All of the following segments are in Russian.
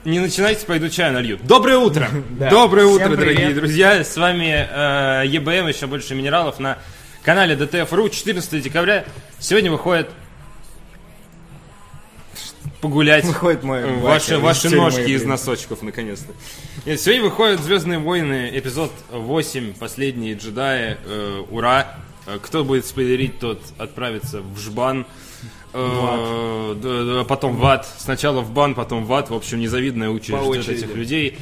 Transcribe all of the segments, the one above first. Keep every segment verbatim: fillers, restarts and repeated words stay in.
Не начинайте, пойду чаю налью. Доброе утро! Доброе утро, дорогие друзья. С вами ЕБМ, еще больше минералов на канале ди ти эф точка ру. четырнадцатого декабря. Сегодня выходит погулять выходит мой ваши, ваши ножки из носочков, наконец-то. Нет, сегодня выходит «Звездные войны», эпизод восемь, «Последние джедаи». Э, ура! Кто будет спойлерить, тот отправится в жбан. Э, потом в ад. Сначала в бан, потом в ад. В общем, незавидная участь ждет этих людей.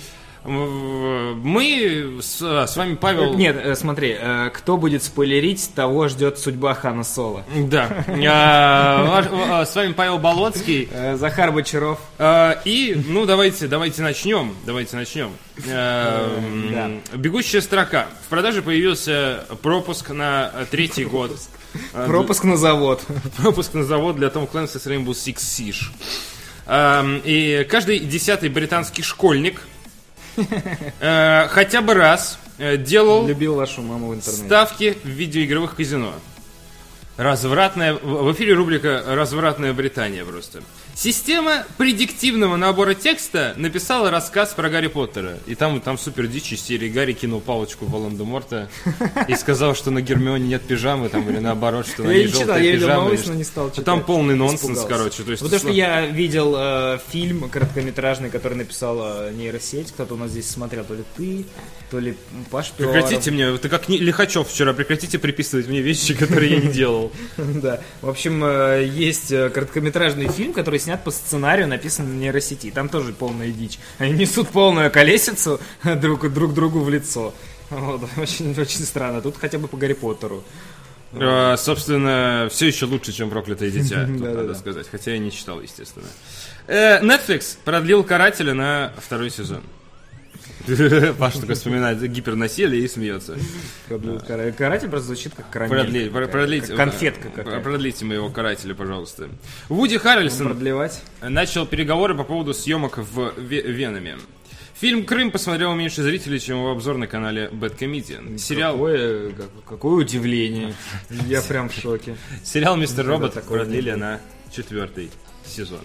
Мы с, с вами, Павел... Нет, смотри, кто будет спойлерить, того ждет судьба Хана Соло. Да. С вами Павел Болоцкий. Захар Бочаров. И, ну, давайте, давайте начнем. Давайте начнем. Бегущая строка. В продаже появился пропуск на третий год. Пропуск на завод. Пропуск на завод для Том Клэнси с Rainbow Six Siege. И каждый десятый британский школьник э, хотя бы раз э, делал Любил вашу маму в интернете. Ставки в видеоигровых казино. Развратная, в эфире рубрика «Развратная Британия» просто. Система предиктивного набора текста написала рассказ про Гарри Поттера. И там, там супер дичь из серии: Гарри кинул палочку в Волан-де-Морта и сказал, что на Гермионе нет пижамы, там, или наоборот, что на ней желтая пижама. Я видел новость, но не стал читать. Там полный нонсенс, короче. То есть, потому что я видел э, фильм короткометражный, который написала нейросеть. Кто-то у нас здесь смотрел, то ли ты, то ли Паш Пивоваров. Прекратите мне, ты как Лихачев вчера, прекратите приписывать мне вещи, которые я не делал. Да, в общем, есть короткометражный фильм, который снят по сценарию, написан в нейросети. Там тоже полная дичь. Они несут полную колесицу друг, друг другу в лицо. Вот, очень, очень странно. Тут хотя бы по Гарри Поттеру. А, собственно, все еще лучше, чем «Проклятое дитя», тут надо сказать. Хотя я не читал, естественно. Netflix продлил «Карателя» на второй сезон. Паша только вспоминает гипернасилие и смеется. Каратель просто звучит как карамель. Продлить, как конфетка какая-то. Продлите моего карателя, пожалуйста. Вуди Харрельсон начал переговоры по поводу съемок в Веноме. Фильм «Крым» посмотрел меньше зрителей, чем его обзор на канале Bad Comedian. Сериал... Какое, какое удивление. Я прям в шоке. Сериал «Мистер Робот» продлили на четвертый сезон.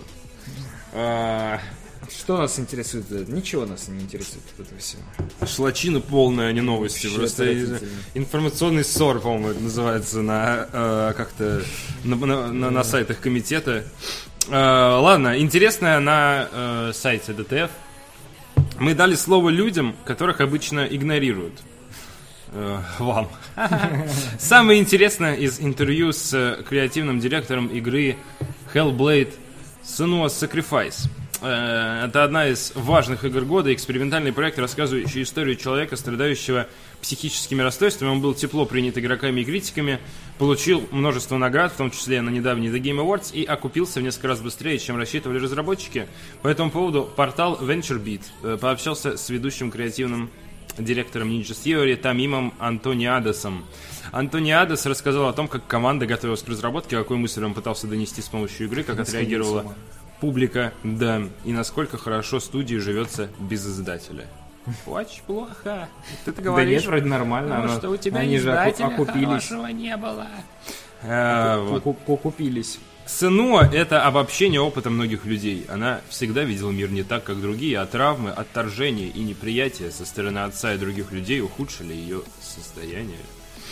Что нас интересует? Ничего нас не интересует от этого всего. Шлачина полная, а не новости. Просто информационный ссор, по-моему, это называется на э, как-то на, на, на, на сайтах комитета. Э, ладно, интересно на э, сайте ди ти эф. Мы дали слово людям, которых обычно игнорируют. Э, вам. Самое интересное из интервью с креативным директором игры Hellblade Senua's Sacrifice. Это одна из важных игр года, экспериментальный проект, рассказывающий историю человека, страдающего психическими расстройствами. Он был тепло принят игроками и критиками, получил множество наград, в том числе на недавний The Game Awards, и окупился в несколько раз быстрее, чем рассчитывали разработчики. По этому поводу портал VentureBeat пообщался с ведущим креативным директором Ninja Theory Тамимом Антониадесом. Антониадес рассказал о том, как команда готовилась к разработке, какой мысль он пытался донести с помощью игры, как отреагировала публика, да, и насколько хорошо студии живется без издателя. Очень плохо. Ты-то говоришь, да нет, вроде нормально. Ну, что у тебя издателя хорошего не было. Окупились. Сенуа — это обобщение опыта многих людей. Она всегда видела мир не так, как другие, а травмы, отторжение и неприятие со стороны отца и других людей ухудшили ее состояние.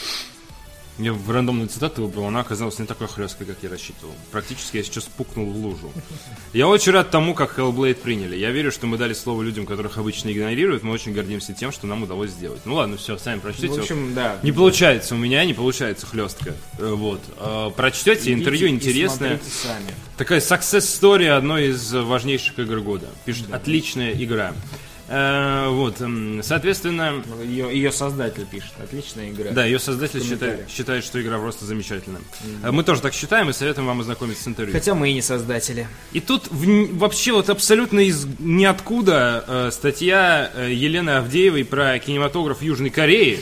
Я в рандомную цитату выбрал, она оказалась не такой хлесткой, как я рассчитывал. Практически я сейчас пукнул в лужу. Я очень рад тому, как Hellblade приняли. Я верю, что мы дали слово людям, которых обычно игнорируют. Мы очень гордимся тем, что нам удалось сделать. Ну ладно, все, сами прочтите. В общем, да. Не получается у меня, не получается хлестка. Вот. Прочтете, интервью интересное. Сами. Такая success story одной из важнейших игр года. Пишет, да. Отличная игра. Uh, вот, соответственно... Ее, ее создатель пишет, отличная игра. Да, ее создатель считает, считает, что игра просто замечательная. Mm-hmm. Мы тоже так считаем и советуем вам ознакомиться с интервью. Хотя мы и не создатели. И тут в, вообще вот абсолютно из ниоткуда э, статья э, Елены Авдеевой про кинематограф Южной Кореи.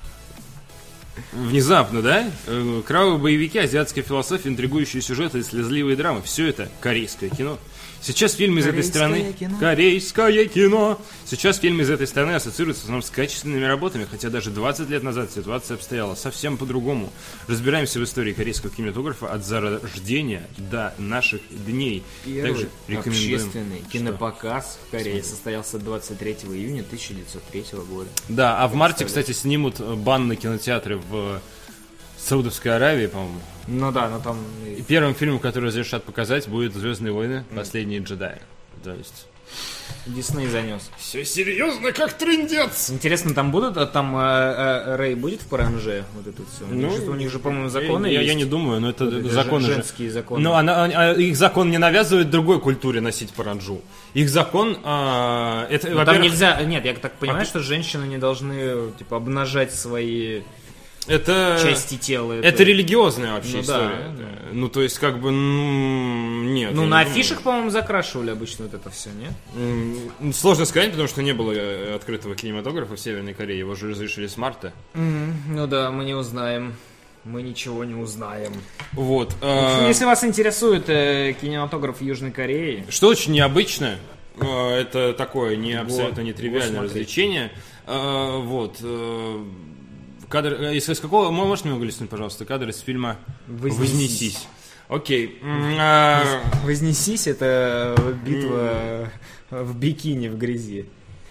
Внезапно, да? Э, кровавые боевики, азиатская философия, интригующие сюжеты и слезливые драмы. Все это корейское кино. Сейчас фильмы из этой страны... кино. Корейское кино! Сейчас фильмы из этой страны ассоциируются в основном с качественными работами, хотя даже двадцать лет назад ситуация обстояла совсем по-другому. Разбираемся в истории корейского кинематографа от зарождения до наших дней. Первый Также рекомендуем... общественный кинопоказ в Корее состоялся двадцать третьего июня тысяча девятьсот третьего года. Да, а в марте, кстати, снимут бан на кинотеатры в Саудовской Аравии, по-моему. Ну да, но там... И первым фильмом, который разрешат показать, будет «Звездные войны. Последние джедаи». То есть... Дисней занес. Все серьезно, как трындец! Интересно, там будут, а там э, э, Рэй будет в паранже? Вот это все. Ну, у них же, по-моему, законы я, есть. я не думаю, но это, Вот это это законы же. женские законы. Но она, а, их закон не навязывает другой культуре носить паранджу. Их закон, а, это, Но там во-первых, нельзя, нет, я так понимаю, во- что женщины не должны, типа, обнажать свои это, части тела. это религиозная вообще Ну да, история. да. Ну, то есть, как бы, ну, нет. Ну, я на не афишах, по-моему, закрашивали обычно вот это все, нет? думаю. М, Сложно сказать, потому что не было э, открытого кинематографа в Северной Корее. Его же разрешили с марта. Ну да, мы не узнаем. Мы ничего не узнаем. Вот. а, Если вас интересует э, кинематограф Южной Кореи, Что очень необычно, э, это такое не абсолютно Вот, нетривиальное вот смотри. развлечение. Э, Вот. э, Кадр, э, из из какого, можешь мне выглядеть, пожалуйста, кадр из фильма «Вознесись». «Вознесись». Окей. М, а, «Вознесись» — это битва в бикини в грязи.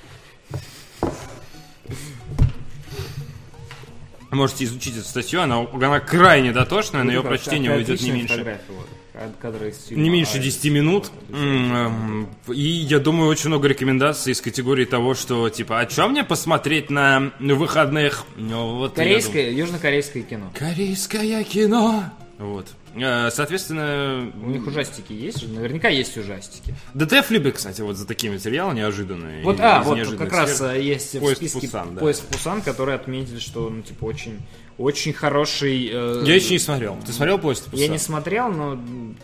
Можете изучить эту статью, она, она крайне дотошная, на ее Вот прочтение это уйдет не отличная меньше. фотография, вот. Кадры из фильма. Не меньше А, десяти минут. вот, М, И я думаю, очень много рекомендаций из категории того, что типа, а что мне посмотреть на выходных? Ну, вот я думаю. Корейское, южнокорейское кино. Корейское кино. Вот. Э, Соответственно, У них ужастики есть же? Наверняка есть ужастики. ДТФ любит, кстати, вот за такие материалы неожиданные. Вот, и а, из вот неожиданных как раз сфер. а, есть «Поезд в в списке Пусан», да. «Поезд в Пусан», которые отметили, что, ну, типа, очень, очень хороший... э, Я еще не смотрел. Ты смотрел «Поезд в Пусан»? Я не смотрел, но...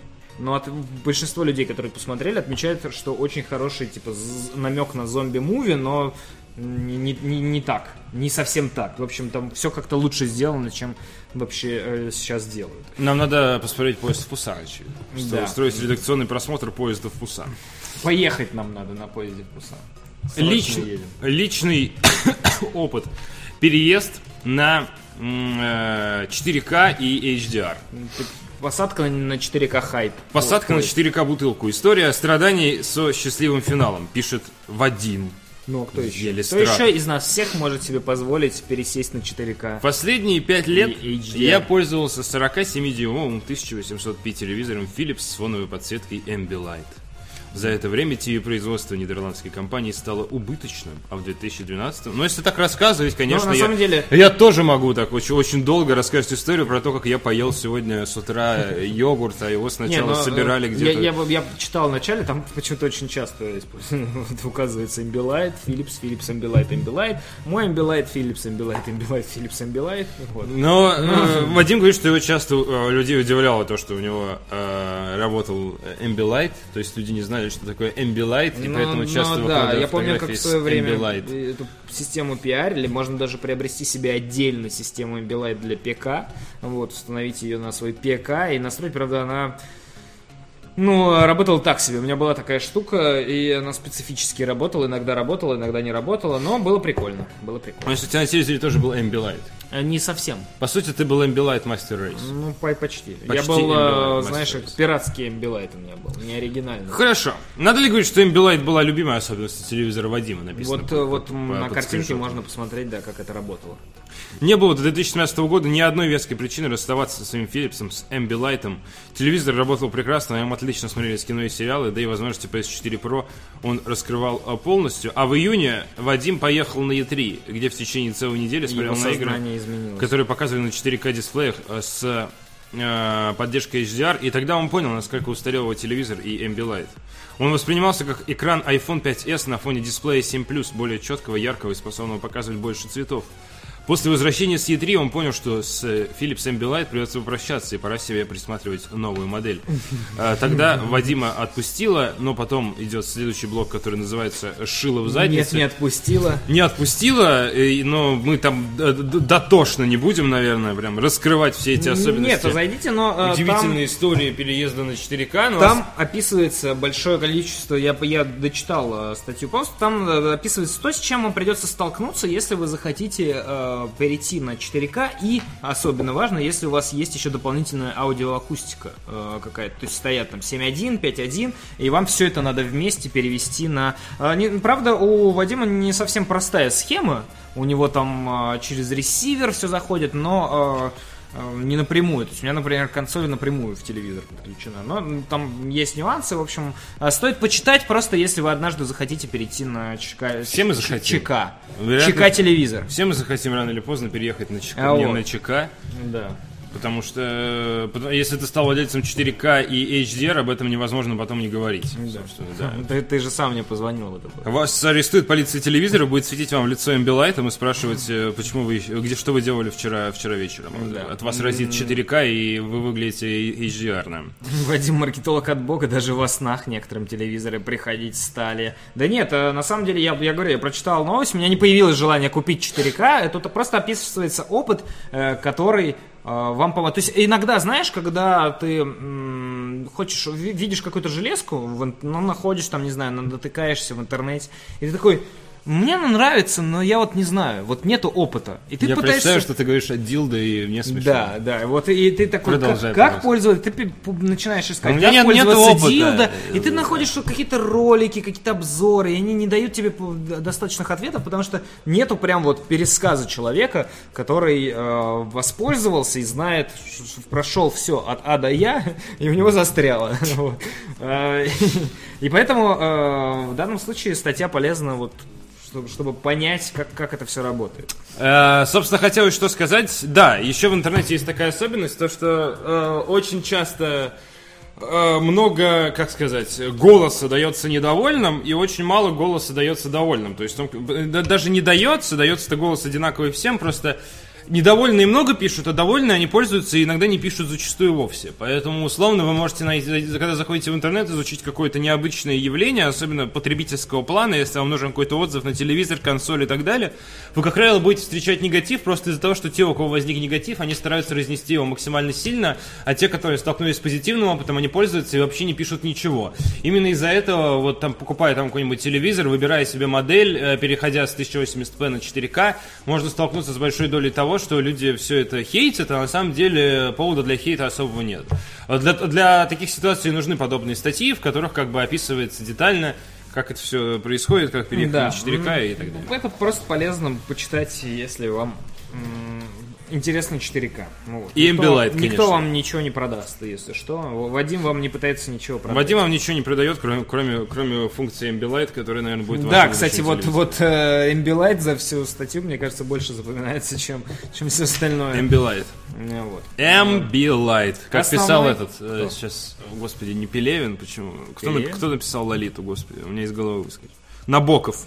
Но от, большинство людей, которые посмотрели, отмечают, что очень хороший, типа, з- намек на зомби-муви, но не, не, не, не так, не совсем так. В общем, там все как-то лучше сделано, чем вообще э, сейчас делают. Нам надо посмотреть «Поезд в Пусан», очевидно. Что Да. устроить редакционный просмотр «Поезда в Пусан». Поехать нам надо на поезде в Пусан. Срочно Личный, едем. личный опыт. Переезд на м, э, четыре ка и эйч ди ар. Посадка на четыре ка хайп. Посадка Вот, на четыре ка бутылку. История страданий со счастливым финалом. Пишет Вадим. Ну, а кто еще? Еле Кто страх. еще из нас всех может себе позволить пересесть на четыре ка? Последние пять лет И эйч ди ар. я пользовался сорокасемидюймовым тысяча восемьсот пи телевизором Philips с фоновой подсветкой Ambilight. За это время ТВ-производство нидерландской компании стало убыточным, а в две тысячи двенадцатом... Ну, если так рассказывать, конечно, на я, самом деле- я тоже могу так очень, очень долго рассказать историю про то, как я поел сегодня с утра йогурт, а его сначала но, собирали э, где-то... Я, я, я читал в начале, там почему-то очень часто используется- указывается Ambilight, Philips, Philips, Ambilight, Ambilight. Мой Ambilight, Philips, Ambilight, Ambilight, Philips, Ambilight. Вот. Но э, Вадим говорит, что его часто э, людей удивляло то, что у него э, работал Ambilight, то есть люди не знали, что такое Ambilight, и Ну, поэтому часто ну, да, выкладывали я помню, как фотографии в с свое время Ambilight. эту систему пиарили, можно даже приобрести себе отдельно систему Ambilight для ПК, вот, установить ее на свой ПК и настроить, правда, она... Ну, работала так себе. У меня была такая штука, и она специфически работала. Иногда работала, иногда не работала, но было прикольно. Было Ну, прикольно. если у тебя на телевизоре тоже был Ambilight. Э, Не совсем. По сути, ты был Ambilight Master Race. Ну, по- почти. Я Почти был, э, Ambilight знаешь, Master как Race. пиратский Ambilight у меня был, не оригинальный. Хорошо. Надо ли говорить, что Ambilight была любимой особенностью телевизора Вадима? Написано Вот, по- э, вот по- м, по- на под картинке скриншотом. можно посмотреть, да, как это работало. Не было до две тысячи семнадцатого года ни одной веской причины расставаться со своим Philips'ом, с Ambilight. Телевизор работал прекрасно, на нем отлично смотрелись кино и сериалы, да и возможности пи эс четыре Pro он раскрывал а, полностью. А в июне Вадим поехал на и три, где в течение целой недели смотрел Его на игры, сознание изменилось. которые показывали на четыре ка дисплеях а, с э, поддержкой эйч ди ар, и тогда он понял, насколько устарел его телевизор и Ambilight. Он воспринимался как экран айфон пять эс на фоне дисплея семь плюс, более четкого, яркого и способного показывать больше цветов. После возвращения с и три он понял, что с Philips Ambilight придется попрощаться, и пора себе присматривать новую модель. Тогда Вадима отпустила, но потом идет следующий блок, который называется «Шило в заднице». Нет, не отпустила. Не отпустила, но мы там дотошно не будем, наверное, прям раскрывать все эти особенности. Нет, зайдите, но... Удивительные там... истории переезда на четыре ка. Там вас... описывается большое количество, я, я дочитал статью полностью, там описывается то, с чем вам придется столкнуться, если вы захотите э, перейти на четыре ка, и особенно важно, если у вас есть еще дополнительная аудиоакустика э, какая-то, то есть стоят там семь один, пять один, и вам все это надо вместе перевести на... Э, не, правда, у Вадима не совсем простая схема, у него там э, через ресивер все заходит, но... Э, не напрямую, то есть у меня, например, консоль напрямую в телевизор подключена, но там есть нюансы, в общем, стоит почитать просто, если вы однажды захотите перейти на ЧК. Все мы захотим. ЧК. Вероятно, ЧК телевизор. Все мы захотим рано или поздно переехать на ЧК. А не вот. на ЧК. Да. Потому что если ты стал владельцем четыре ка и эйч ди ар, об этом невозможно потом не говорить. Да. Да. Ты, ты же сам мне позвонил. Это Вас арестует полиция телевизора, будет светить вам в лицо Ambilight и спрашивать, почему вы, где, что вы делали вчера, вчера вечером. Да. От вас разит четыре ка, и вы выглядите эйч ди ар-ным. Вадим, маркетолог от бога, даже во снах некоторым телевизоры приходить стали. Да нет, на самом деле, я, я говорю, я прочитал новость, у меня не появилось желание купить четыре ка, это просто описывается опыт, который... вам помогает. То есть иногда, знаешь, когда ты м- хочешь, видишь какую-то железку, в, ну, находишь там, не знаю, натыкаешься в интернете, и ты такой, мне она нравится, но я вот не знаю, вот нету опыта. И ты я пытаешься... представляю, что ты говоришь от дилда, и мне смешно. Да, да, вот и ты такой, Продолжай, как, как пользоваться, ты начинаешь искать, как нет, пользоваться дилда, и ты находишь какие-то ролики, какие-то обзоры, и они не дают тебе достаточных ответов, потому что нету прям вот пересказа человека, который э, воспользовался и знает, прошел все от А до Я, и у него застряло. И поэтому в данном случае статья полезна вот Чтобы, чтобы понять, как, как это все работает. Э, собственно, хотелось что сказать. Да, еще в интернете есть такая особенность, то что э, очень часто э, много, как сказать, голоса дается недовольным, и очень мало голоса дается довольным. То есть он, да, даже не дается, дается-то голос одинаковый всем, просто... Недовольные много пишут, а довольные они пользуются и иногда не пишут зачастую вовсе. Поэтому, условно, вы можете, найти, когда заходите в интернет, изучить какое-то необычное явление, особенно потребительского плана, если вам нужен какой-то отзыв на телевизор, консоль и так далее, вы, как правило, будете встречать негатив просто из-за того, что те, у кого возник негатив, они стараются разнести его максимально сильно, а те, которые столкнулись с позитивным опытом, они пользуются и вообще не пишут ничего. Именно из-за этого, вот там, покупая там какой-нибудь телевизор, выбирая себе модель, переходя с тысяча восемьдесят пэ на четыре ка, можно столкнуться с большой долей того, что люди все это хейтят, а на самом деле повода для хейта особого нет. Для, для таких ситуаций нужны подобные статьи, в которых как бы описывается детально, как это все происходит, как переехать да. на четыре ка и так далее. Это просто полезно почитать, если вам м- интересно четыре ка. Ну, вот. И Ambilight, конечно. Никто вам ничего не продаст, если что. Вадим вам не пытается ничего продать. Вадим вам ничего не продает, кроме, кроме, кроме функции Ambilight, которая, наверное, будет Да, кстати, вот, вот э, Ambilight за всю статью, мне кажется, больше запоминается, чем, чем все остальное. Ambilight. Вот. Ambilight. Как Основной... писал этот, э, сейчас, господи, не Пелевин, почему? Кто, Пелевин? кто написал Лолиту, господи, у меня из головы выскочил. Набоков.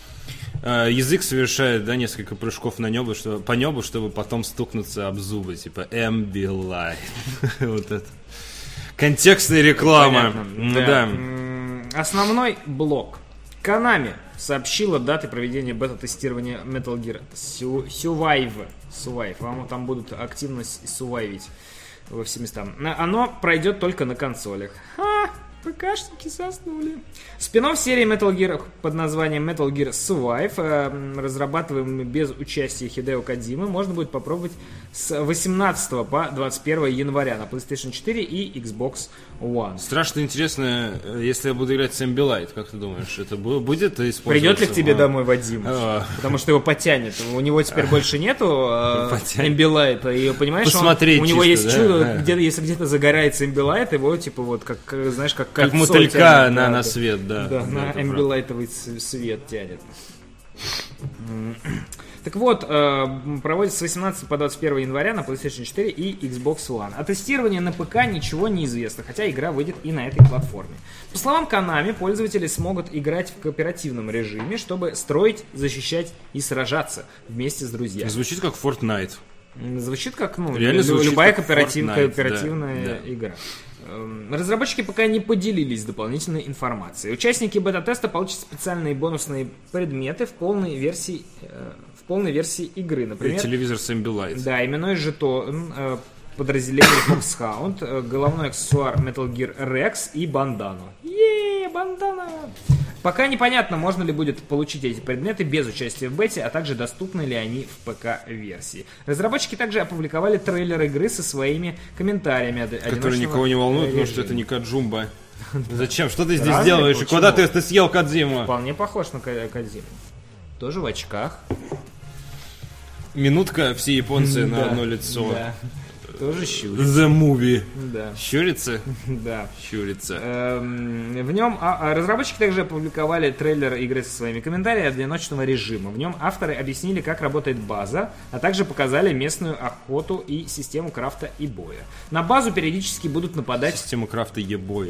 Язык совершает, да, несколько прыжков на небо, чтобы, по небу, чтобы потом стукнуться об зубы, типа Ambilight. Вот это. Контекстная реклама. Да. Основной блок. Konami сообщила даты проведения бета-тестирования Metal Gear Survive. Survive. Вам там будут активно сувайвить во все места. Оно пройдет только на консолях. Ха! ПКшники заснули. Спин-офф серии Metal Gear под названием Metal Gear Survive, разрабатываемый без участия Хидео Кодзимы, можно будет попробовать с восемнадцатого по двадцать первое января на PlayStation четыре и Xbox One. Страшно интересно, если я буду играть с Ambilight, как ты думаешь, это будет использоваться? Придет ли к тебе домой Вадим? А. Потому что его потянет. У него теперь а. больше нету Ambilight, и понимаешь, он, у него есть да? чудо, да. где-то, если где-то загорается Ambilight, его типа вот как, знаешь, как Как мотылька тянет, на, да, на свет, да. Да, на Ambilight-овый свет тянет. Так вот, э, проводится с восемнадцатого по двадцать первое января на PlayStation четыре и Xbox One. О тестировании на ПК ничего не известно, хотя игра выйдет и на этой платформе. По словам Konami, пользователи смогут играть в кооперативном режиме, чтобы строить, защищать и сражаться вместе с друзьями. Звучит как Fortnite. Звучит как, ну, Реально лю- звучит любая как кооператив- Fortnite, кооперативная да, да. игра. Эм, Разработчики пока не поделились дополнительной информацией. Участники бета-теста получат специальные бонусные предметы в полной версии, э, в полной версии игры. И Например, телевизор с Ambilight. да, именной жетон э, подразделения Foxhound, э, головной аксессуар Metal Gear Rex и бандану. Еее, бандана! Пока непонятно, можно ли будет получить эти предметы без участия в бете, а также доступны ли они в ПК-версии. Разработчики также опубликовали трейлер игры со своими комментариями. од- Которые одиночного никого не волнуют, потому что режима. это не Каджумба. Зачем? Что ты здесь Разве? делаешь? И Почему? куда ты, ты съел Кодзиму? Вполне похож на Ка- Кодзиму. Тоже в очках. Минутка, все японцы на Да, одно лицо. да. Тоже щурится. The movie. Да, Щурится? да. Щурится. Эм, В нем а, а, разработчики также опубликовали трейлер игры со своими комментариями одиночного режима. В нем авторы объяснили, как работает база, а также показали местную охоту и систему крафта и боя. На базу периодически будут нападать... Система крафта ебоя.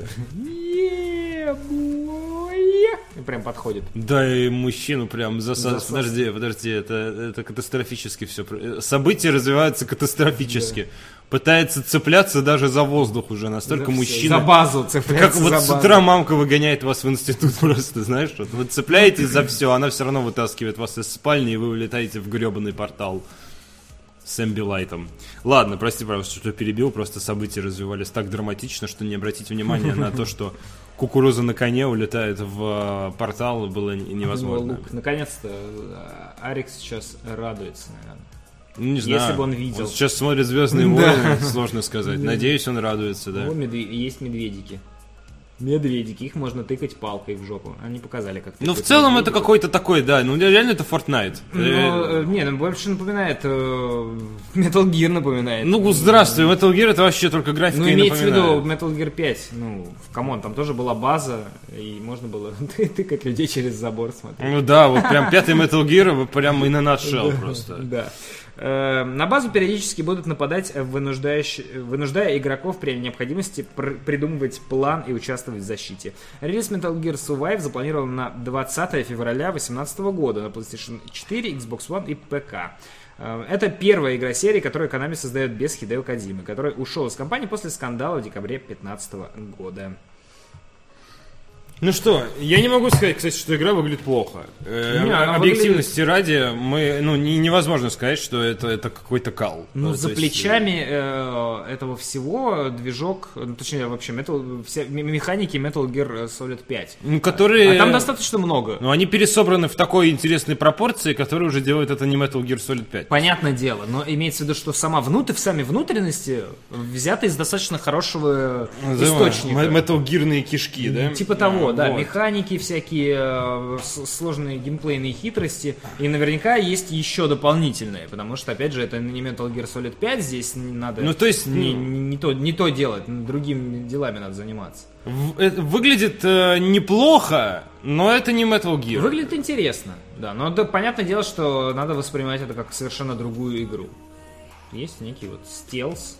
Е-боя! И прям подходит. Да, и мужчину прям засас... Засас. Подожди, подожди, это, это катастрофически все. События развиваются катастрофически. Пытается цепляться даже за воздух уже. Настолько За всё. мужчина... За базу Как цепляется. вот за с базу. утра мамка выгоняет вас в институт просто, знаешь, вот вы цепляетесь за все, она все равно вытаскивает вас из спальни, и вы улетаете в гребаный портал с Ambilight. Ладно, прости, пожалуйста, что перебил, просто события развивались так драматично, что не обратить внимания на то, что кукуруза на коне улетает в э, портал, было н- невозможно. Лук. Наконец-то э, Арик сейчас радуется, наверное. Ну, не Если знаю. бы он видел. Вот сейчас смотрит «Звездные войны», сложно сказать. Надеюсь, он радуется, да. О, медве- есть медведики. Медведики, их можно тыкать палкой в жопу. Они показали, как Ну, в тыкать целом, это медведиков. какой-то такой, да, ну, реально это Fortnite. Ну, Э, э, не, ну больше напоминает э, Metal Gear напоминает. Ну, здравствуй, Metal Gear это вообще только графика Ну, и имеется в виду напоминает. Metal Gear пять. Ну, в камон, там тоже была база, и можно было ты- тыкать людей через забор, смотри. Ну да, вот прям пятый Metal Gear, вот прям in a nutshell просто. Да. Э, На базу периодически будут нападать, э, вынуждающие- вынуждая игроков при необходимости пр- придумывать план и участвовать в защите. Релиз Metal Gear Survive запланирован на двадцатое февраля две тысячи восемнадцатого года на PlayStation четыре, Xbox One и ПК. Э, Это первая игра серии, которую Konami создает без Хидео Кодзимы, который ушел из компании после скандала в декабре две тысячи пятнадцатого года. Ну что, я не могу сказать, кстати, что игра выглядит плохо. Э, Не, она Объективности ради, мы, ну, не- невозможно сказать, что это, это какой-то кал. Ну, Ну, за то есть, плечами э, этого всего движок, ну, точнее, вообще, Metal, все м- механики Metal Gear Solid пять. Ну, которые... А там достаточно много. Ну, они пересобраны в такой интересной пропорции, которые уже делают это не Metal Gear Solid пять. Понятное дело, но имеется в виду, что сама внутрь, сами внутренности взяты из достаточно хорошего источника. М- Metal Gear'ные кишки, да? Типа того, А, да, вот. механики, всякие э, с- сложные геймплейные хитрости. И наверняка есть еще дополнительные, потому что, опять же, это не Metal Gear Solid пять, здесь не надо Ну, то есть, не, ну- не- не то, не то делать, другими делами надо заниматься. В- это выглядит э, неплохо, но это не Metal Gear. Выглядит интересно, да, но да, понятное дело, что надо воспринимать это как совершенно другую игру. Есть некий вот стелс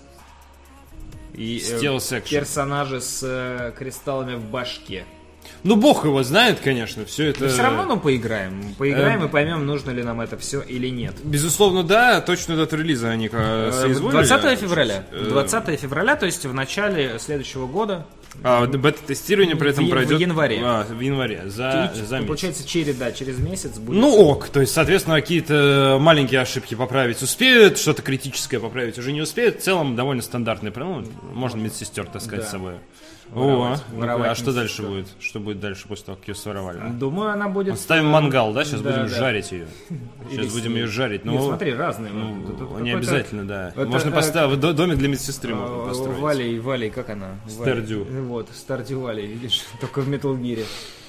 и э, Стелс-экшен. персонажи с э, кристаллами в башке. Ну, бог его знает, конечно, все это... Но все равно, ну, поиграем. Поиграем Э, и поймем, нужно ли нам это все или нет. Безусловно, да, точную дату релиза они э, соизволили. двадцатого февраля. Э, двадцатого февраля, то есть в начале следующего года. А бета-тестирование при этом В- в пройдет... январе. А, в январе, за, И, за месяц. получается, через, да, через месяц будет. Ну ок, то есть, соответственно, какие-то маленькие ошибки поправить успеют, что-то критическое поправить уже не успеют. В целом, довольно стандартный продукт. Ну, можно медсестер таскать Да. с собой. Воровать, О, ну-ка, воровать а что дальше медсестер. будет? Что будет дальше после того, как ее своровали? Думаю, она будет... Ставим мангал, да? Сейчас Да, будем да. жарить ее. Сейчас Или будем с- ее жарить. Ну, Нет, смотри, разные. ну, Вот тут не какой-то, обязательно, да. это, Можно э, поставить до- домик для медсестры можно а, построить. Валей, Валей, как она? Стардю. Валей. Вот, Стардю Валей, видишь, только в Metal Gear.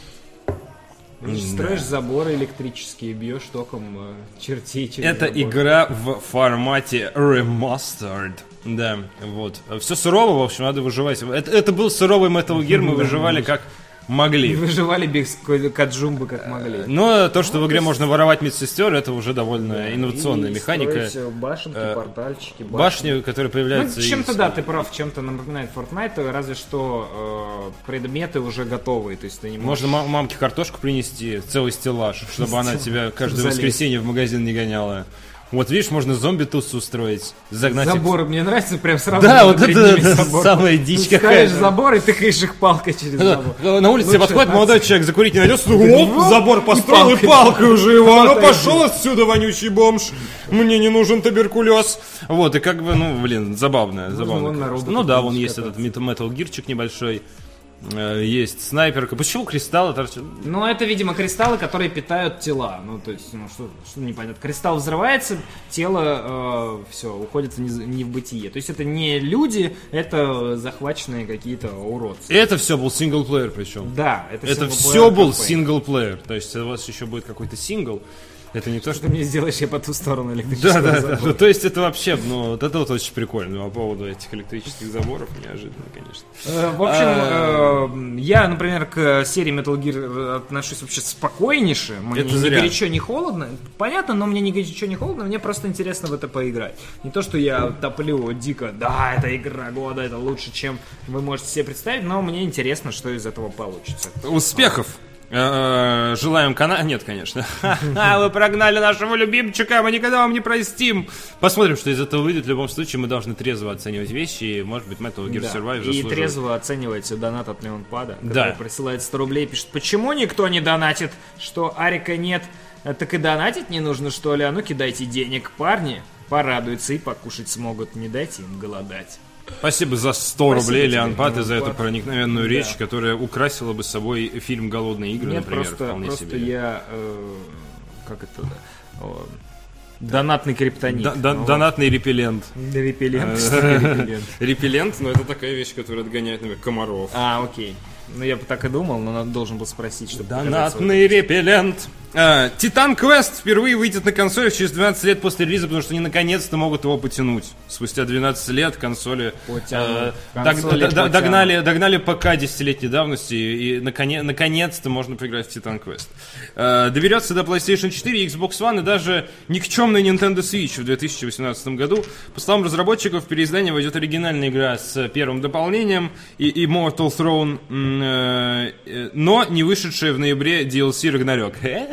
Видишь, Да. строишь заборы электрические, бьешь током э, чертей через Это забор. игра в формате remastered. Да, вот. Все сурово, в общем, надо выживать. Это, это был суровый Metal Gear, мы выживали как могли. Выживали без каджумбы как могли. Но то, что в игре можно воровать медсестер, это уже довольно да, инновационная и механика. Башенки, э, портальчики, башни. башни, которые появляются. Ну, чем-то, да, ты прав, чем-то напоминает Fortnite, разве что э, предметы уже готовые. То есть ты не можешь... Можно мамке картошку принести, целый стеллаж, чтобы она тебя каждое воскресенье в магазин не гоняла. Вот видишь, можно зомби-туз устроить, загнать забор, их... мне нравится прям сразу. Да, вот это самая дичь какая-то. Ставишь забор и тыкаешь их палкой через забор. На улице тебе подходит молодой человек, закурить не найдется, оп, забор построил, и палкой уже его. Ну пошел отсюда, вонючий бомж, мне не нужен туберкулез. Вот, и как бы, ну, блин, забавно, забавно. Ну да, вон есть этот Metal Gearчик небольшой. Есть снайперка. Почему кристаллы торчат? Ну, это, видимо, кристаллы, которые питают тела. Ну, то есть, ну, что, что непонятно. Кристалл взрывается, тело, э, все, уходит в не, не в бытие. То есть, это не люди, это захваченные какие-то уродцы. Это все был синглплеер причем. Да, это, это все был синглплеер. То есть, у вас еще будет какой-то сингл. Это не то, что... ты мне сделаешь, я по ту сторону электрического да, да, забора. Да, то есть это вообще, ну, вот это вот очень прикольно по поводу этих электрических заборов, неожиданно, конечно. Э, в общем, э, я, например, к серии Metal Gear отношусь вообще спокойнейше. Мне это ни зря. горячо, ни холодно. Понятно, но мне ни горячо, ни холодно, мне просто интересно в это поиграть. Не то, что я топлю дико, да, это игра года, это лучше, чем вы можете себе представить, но мне интересно, что из этого получится. Успехов! Желаем канала... Нет, конечно. Вы прогнали нашего любимчика, мы никогда вам не простим. Посмотрим, что из этого выйдет. В любом случае, мы должны трезво оценивать вещи. И, может быть, Metal Gear Survive заслуживает. И трезво оценивать донат от Леонпада, да. который присылает сто рублей, пишет, почему никто не донатит, что Арика нет. Так и донатить не нужно, что ли? А ну кидайте денег, парни. Порадуются и покушать смогут. Не дайте им голодать. Спасибо за сто рублей, Леонпад, и за эту Леонпад. проникновенную Да. речь, которая украсила бы собой фильм «Голодные игры», Нет, например, просто, вполне просто себе. я... Э, как это... О, донатный криптонит. Д- д- ну, донатный репеллент. Репеллент? Что такое репеллент? Репеллент, ну это такая вещь, которая отгоняет, например, комаров. А, окей. Ну, я бы так и думал, но надо должен был спросить, чтобы... Донатный репеллент. Титан Квест впервые выйдет на консоли через двенадцать лет после релиза, потому что они наконец-то могут его потянуть. Спустя двенадцать лет консоли, Потянут. э, Консоли дог- дог- потянут. догнали, догнали ПК десятилетней давности, и наконе- наконец-то можно поиграть в Титан Квест. Э, доберется до PlayStation четыре, Xbox One и даже никчемный Nintendo Switch в две тысячи восемнадцатом году. По словам разработчиков, в переиздание войдет оригинальная игра с первым дополнением и Immortal Throne, э, э, но не вышедшая в ноябре ди эл си Ragnarok.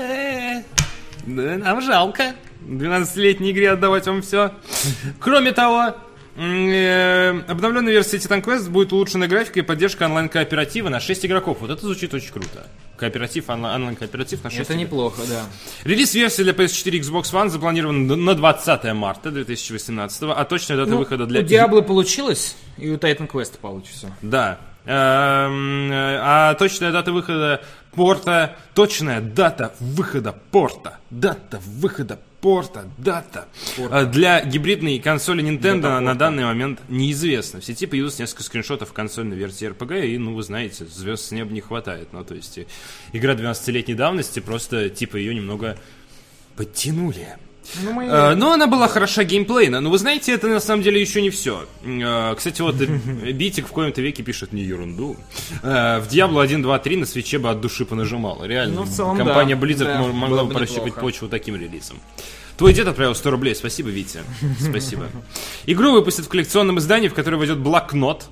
Да, нам жалко двенадцатилетней игре отдавать вам все. Кроме того, э, обновленная версия Titan Quest будет улучшенной графикой и поддержка онлайн-кооператива на шесть игроков. Вот это звучит очень круто. Кооператив, онлайн-кооператив на шесть Это игроков. неплохо, да. Релиз-версия для пи эс четыре и Xbox One запланирована на двадцатое марта две тысячи восемнадцатого, а точная дата Ну, выхода для... у Diablo получилось, и у Titan Quest получится. Да. Эм, э, А точная дата выхода порта, точная дата выхода порта, дата выхода порта, дата э, для гибридной консоли Nintendo на данный момент неизвестна. В сети появилось несколько скриншотов консольной версии эр пи джи, и, ну, вы знаете, звезд с неба не хватает. Ну, то есть, игра двенадцатилетней давности, просто, типа, ее немного подтянули. Ну, мы... Э, Но она была хороша геймплейно. Но вы знаете, это на самом деле еще не все. Э, Кстати, вот Битик в коем-то веке пишет не ерунду. Э, В Diablo один, два, три на свече бы от души понажимала. Реально. Ну, в целом, компания да. Blizzard Да, мо- могла было бы бы прощупать неплохо. почву таким релизом. Твой дед отправил сто рублей. Спасибо, Витя. Спасибо. Игру выпустят в коллекционном издании, в которое войдет блокнот.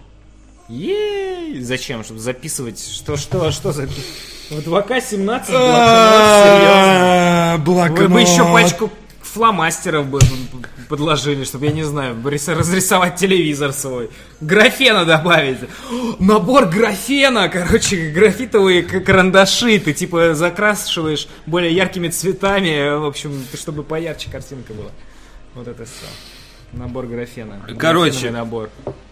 Ей! Зачем? Чтобы записывать? Что, что, что записывать? Вот в АК семнадцать А, блокнот, серьезно. Вы бы еще пачку фломастеров бы подложили, чтобы, я не знаю, рис- разрисовать телевизор свой. Графена добавить. О, набор графена, короче, графитовые к- карандаши. Ты типа закрашиваешь более яркими цветами, в общем, чтобы поярче картинка была. Вот это все. Набор графена. Короче. Графеновый набор.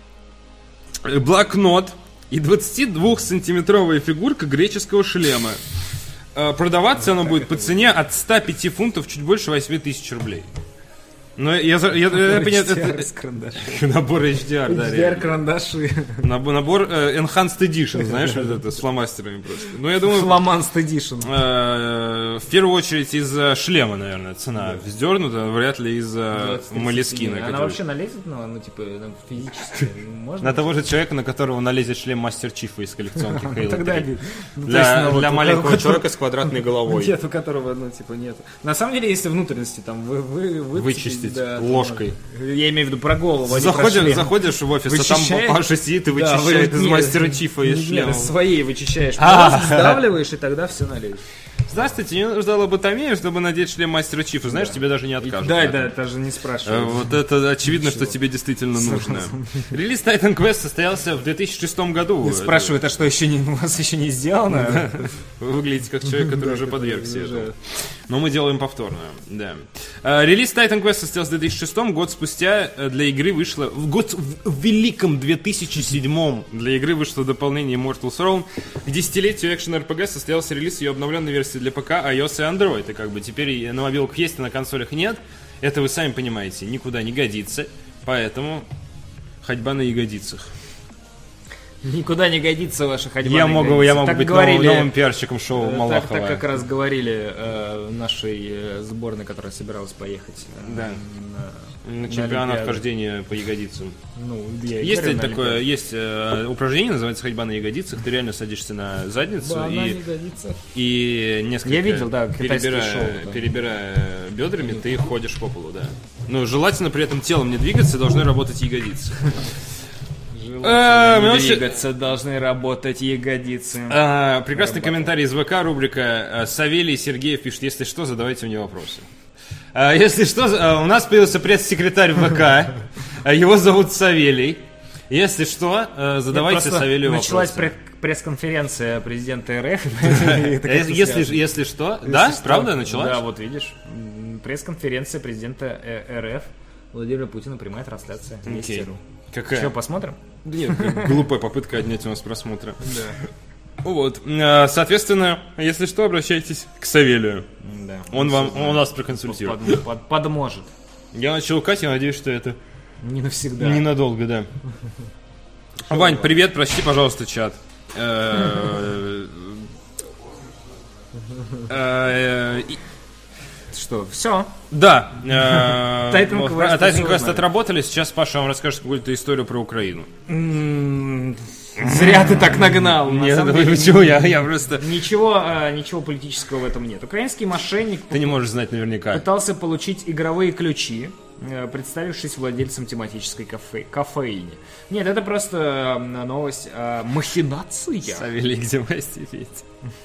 Блокнот и двадцатидвухсантиметровая фигурка греческого шлема. Э, Продаваться оно будет по цене от ста пяти фунтов, чуть больше восьми тысяч рублей. Но я, за- я, я, я понимаю, эйч ди ар это с карандашей. набор эйч ди ар, да, эйч ди ар реально. карандаши. Набор, набор э, Enhanced Edition, знаешь, вот это, с фломастерами просто. Ну, я думаю, Фломанст Эдишн. э, э, в первую очередь из-за шлема, наверное, цена да. вздернута, вряд ли из-за Молескина. Она который... вообще налезет, ну, ну типа, физически можно? На того же человека, на которого налезет шлем Мастер Чифа из коллекционки Halo Тогда три. Для маленького человека с квадратной головой. Нет, у которого, ну, типа, нет. На самом деле, если внутренности там вычистить ложкой. Я имею в виду про голову, Заходишь в офис, а там Паша сидит и вычищает из Мастера Чифа из шлема. Своей вычищаешь, сдавливаешь, и тогда все налезешь. Здравствуйте, мне нужна лоботомия, чтобы надеть шлем Мастера Чифа. Знаешь, да. тебе даже не откажут. Да, да, даже не спрашивают. Вот это очевидно, Ничего. что тебе действительно нужно. Релиз Titan Quest состоялся в две тысячи шестом году. Спрашивают, а что еще не, у вас еще не сделано? Вы выглядите как человек, который уже подвергся этому. Но мы делаем повторно, да. Релиз Titan Quest состоялся в две тысячи шестом, год спустя для игры вышло... В год в великом две тысячи седьмом для игры вышло дополнение Immortal Throne. К десятилетию экшен-эр пи джи состоялся релиз ее обновленной версии для ПК, iOS и Android. И как бы теперь на мобилках есть, а на консолях нет. Это вы сами понимаете, никуда не годится. Поэтому ходьба на ягодицах. Никуда не годится ваша ходьба я на могу, ягодицах. Я могу так быть говорили, новым, новым пиарщиком шоу так, Малахова. Так, так как раз говорили э, нашей э, сборной, которая собиралась поехать э, да. на, на чемпионат хождения по ягодицам. Ну, я есть говорю, такое, есть э, упражнение, называется ходьба на ягодицах. Ты реально садишься на задницу да, и, и несколько я видел, да, перебирая, шоу, да. перебирая бедрами, ты ходишь по полу, да. Но желательно при этом телом не двигаться, должны работать ягодицы. А, двигаться очень... должны работать ягодицы. А, прекрасный Работа. комментарий из ВК, рубрика Савелий Сергеев пишет: если что, задавайте мне вопросы. А, если что, у нас появился пресс-секретарь ВК, его зовут Савелий. Если что, задавайте Савелию вопросы. Началась пресс-конференция президента РФ. Если что, да, правда началась? Да, вот видишь, пресс-конференция президента РФ Владимира Путина, прямая трансляция. Какая? Что, посмотрим? Нет, глупая попытка отнять у нас просмотра. Да. Вот. Соответственно, если что, обращайтесь к Савелию. Да. Он вам, он вас проконсультирует. Под, под, подможет. Я начал укать, я надеюсь, что это... Не навсегда. Ненадолго, да. Вань, привет, прости, пожалуйста, чат. Что, все? Да. Titan Quest, Titan Quest отработали. Сейчас Паша вам расскажет какую-то историю про Украину. Зря ты так нагнал. Нет, почему? Я, я просто... Ничего, ничего политического в этом нет. Украинский мошенник... Ты не можешь знать наверняка. Пытался получить игровые ключи, представившись владельцем тематической кафе, кофейни. Нет, это просто новость о махинации. Савелий, где масти петь?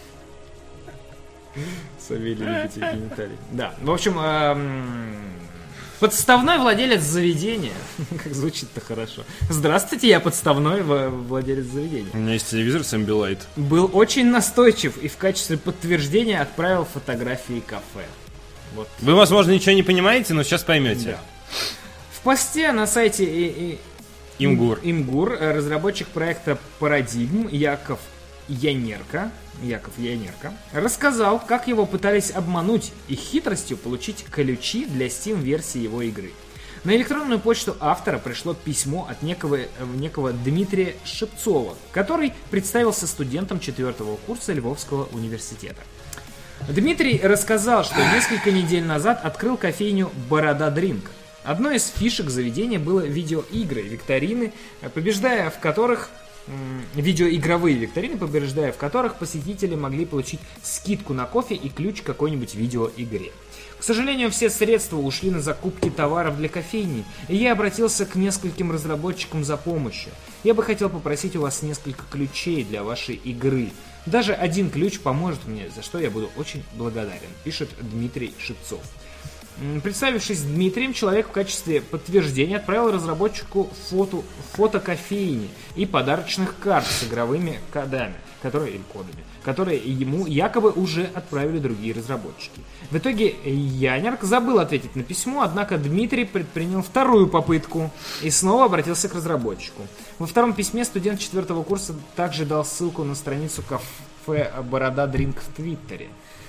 Савелий любит эти комментарии. Да, в общем, подставной владелец заведения. Как звучит-то хорошо. Здравствуйте, я подставной владелец заведения. У меня есть телевизор с Ambilight. Был очень настойчив и в качестве подтверждения отправил фотографии кафе. Вот. Вы, возможно, ничего не понимаете, но сейчас поймете. Да. В посте на сайте и, и... Имгур. Имгур разработчик проекта Paradigm Яков Янерко, Яков Янерко рассказал, как его пытались обмануть и хитростью получить ключи для Steam-версии его игры. На электронную почту автора пришло письмо от некого, некого Дмитрия Шепцова, который представился студентом четвертого курса Львовского университета. Дмитрий рассказал, что несколько недель назад открыл кофейню «Борода Дринк». Одной из фишек заведения было видеоигры, викторины, побеждая в которых... видеоигровые викторины, побеждая в которых посетители могли получить скидку на кофе и ключ к какой-нибудь видеоигре. К сожалению, все средства ушли на закупки товаров для кофейни, и я обратился к нескольким разработчикам за помощью. Я бы хотел попросить у вас несколько ключей для вашей игры. Даже один ключ поможет мне, за что я буду очень благодарен, пишет Дмитрий Шепцов. Представившись Дмитрием, человек в качестве подтверждения отправил разработчику фото, фото кофейни и подарочных карт с игровыми кодами, которые, или кодами, которые ему якобы уже отправили другие разработчики. В итоге Янерк забыл ответить на письмо, однако Дмитрий предпринял вторую попытку и снова обратился к разработчику. Во втором письме студент четвертого курса также дал ссылку на страницу кафе «Борода Дринк» в Твиттере.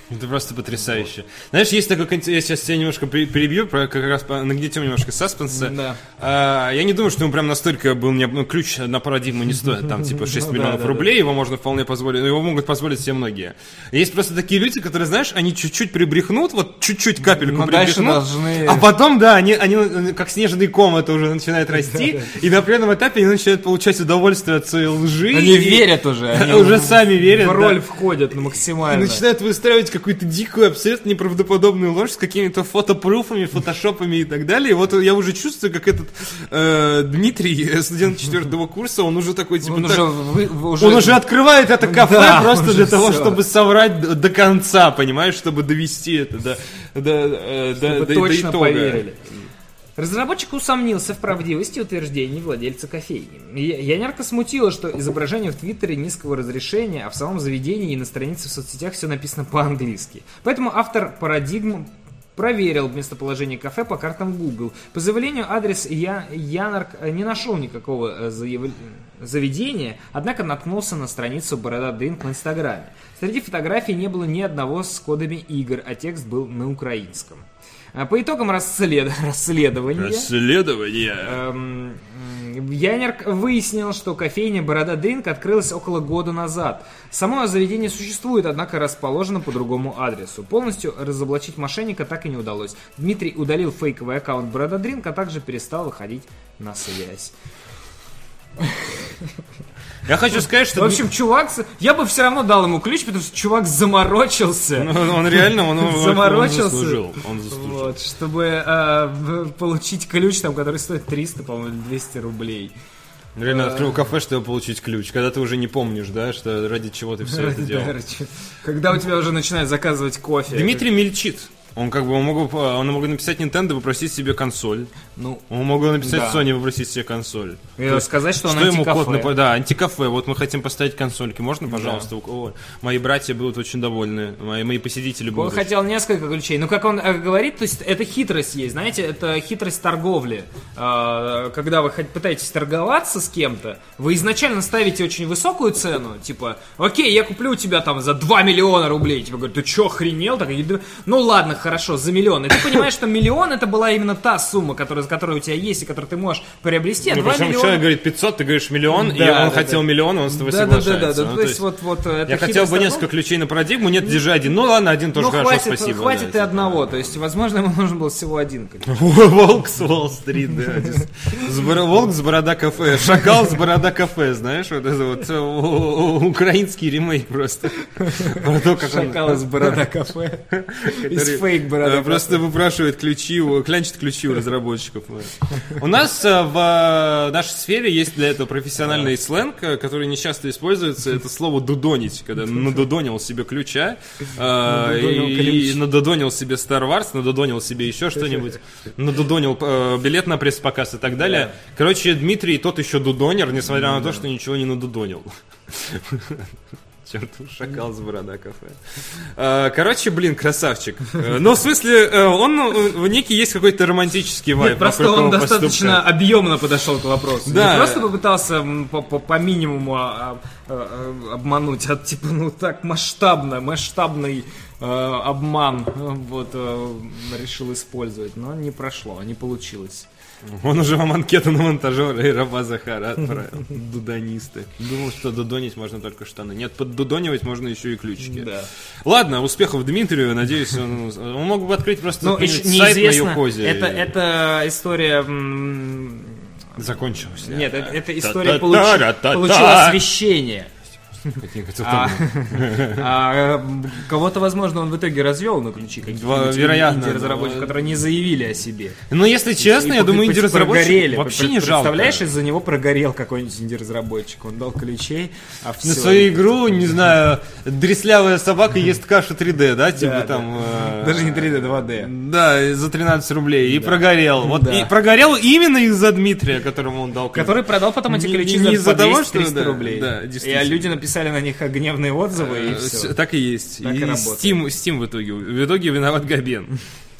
Это просто потрясающе. Знаешь, есть такой... Я сейчас тебя немножко перебью, про, как раз нагнетем немножко саспенса. Да. А, я не думаю, что он прям настолько был... Ну, ключ на парадигму не стоит, там, типа, шесть миллионов рублей, его можно вполне позволить, его могут позволить все многие. Есть просто такие люди, которые, знаешь, они чуть-чуть прибрехнут, вот чуть-чуть капельку прибрехнут, должны... а потом, да, они, они как снежный ком это уже начинает расти, и на определенном этапе они начинают получать удовольствие от своей лжи. Они верят уже. Они уже сами верят. В роль входят максимально. И начинают выстраивать какую-то дикую, абсолютно неправдоподобную ложь с какими-то фотопруфами, фотошопами и так далее. И вот я уже чувствую, как этот э, Дмитрий, студент четвертого курса, он уже такой, типа, он, так, уже, вы, вы уже... он уже открывает это кафе, да, просто для того, все. чтобы соврать до, до конца, понимаешь, чтобы довести это до, до, чтобы до, точно до итога. Поверили. Разработчик усомнился в правдивости утверждений владельца кофейни. Янерка смутило, что изображение в Твиттере низкого разрешения, а в самом заведении и на странице в соцсетях все написано по-английски. Поэтому автор парадигм проверил местоположение кафе по картам Google. По заявлению, адрес Я... Янарк не нашел никакого заяв... заведения, однако наткнулся на страницу Борода Дринк в Инстаграме. Среди фотографий не было ни одного с кодами игр, а текст был на украинском. По итогам расслед... расследования... Расследования... Эм, Янерк выяснил, что кофейня Борода Дринк открылась около года назад. Само заведение существует, однако расположено по другому адресу. Полностью разоблачить мошенника так и не удалось. Дмитрий удалил фейковый аккаунт Борода Дринк, а также перестал выходить на связь. Я хочу сказать, что... В общем, чувак... Я бы все равно дал ему ключ, потому что чувак заморочился. Ну, он реально, он, заморочился, он заслужил. Он заслужил. Вот, чтобы э, получить ключ, там, который стоит триста, по-моему, или двести рублей. Реально открыл кафе, чтобы получить ключ. Когда ты уже не помнишь, да, что ради чего ты все это делал. Когда у тебя уже начинают заказывать кофе. Дмитрий мельчит. Он как бы он мог, он мог написать Nintendo, попросить себе консоль. Ну, он мог написать да. Sony, попросить себе консоль. И сказать, что, что он антикафе. Ему код на, да, антикафе. Вот мы хотим поставить консольки. Можно, пожалуйста? Да. О, мои братья будут очень довольны. Мои, мои посетители будут. Он очень... хотел несколько ключей. Ну, как он говорит, то есть это хитрость есть. Знаете, это хитрость торговли. Когда вы пытаетесь торговаться с кем-то, вы изначально ставите очень высокую цену. Типа, окей, я куплю у тебя там за два миллиона рублей. Типа, говорят, ты что, охренел? Так, ну ладно, хорошо, за миллион. И ты понимаешь, что миллион это была именно та сумма, которая, которая у тебя есть и которую ты можешь приобрести. А ну, причем миллиона... человек говорит пятьсот, ты говоришь миллион, да, и он да, хотел да. миллион, он с тобой да, соглашается. Да, да, да, ну, да. То есть вот, вот это я хотел бы несколько ключей на парадигму, нет, держи один. Ну ладно, один тоже ну, хорошо, хватит, спасибо. Хватит да, и одного, то есть, возможно, ему нужен был всего один ключ. Волк с Уолл-стрит, да. Волк с Борода кафе, шакал с Борода кафе, знаешь, вот это вот украинский ремейк просто. Шакал из Борода кафе. Из фейк Борода кафе. Просто выпрашивает ключи, клянчит ключи у разработчиков. У нас в нашей сфере есть для этого профессиональный сленг, который не часто используется. Это слово «дудонить», когда надудонил себе ключа, и надудонил себе Star Wars, надудонил себе еще что-нибудь, надудонил билет на пресс-показ и так далее. Короче, Дмитрий тот еще дудонер, несмотря на то, что ничего не надудонил. Черт, шакал с Борода кафе. Короче, блин, красавчик. Ну, в смысле, он в некий есть какой-то романтический вайб. Нет, просто он достаточно поступка. объемно подошел к вопросу. Да. Не просто попытался по, по, по минимуму а, а, обмануть, а типа, ну так масштабно, масштабный а, обман вот, а, решил использовать. Но не прошло, не получилось. Он уже вам анкету на монтажера и раба Захара отправил. Дудонисты. Думал, что дудонить можно только штаны. Нет, поддудонивать можно еще и ключики. Да. Ладно, успехов Дмитрию. Надеюсь, он, он мог бы открыть просто ну, сайт на Юкозе. Это, это история... Закончилась. Нет, это, эта история получила, получила освещение. А, а кого-то, возможно, он в итоге развел на ключи какие-нибудь инди-разработчиков, которые не заявили о себе. Ну, если честно, я думаю, инди-разработчик вообще не жалко. Представляешь, из-за него прогорел какой-нибудь инди-разработчик. Он дал ключей, а все... На свою игру, не знаю, дресслявая собака ест кашу три дэ, да? Типа там... Даже не три дэ, два дэ. Да, за тринадцать рублей. И прогорел. Вот и прогорел именно из-за Дмитрия, которому он дал ключи. Который продал потом эти ключи за двести-триста рублей. И люди написали Писали на них гневные отзывы, и все. Так и есть. Так и, и Steam, Steam в итоге. В итоге виноват Габен.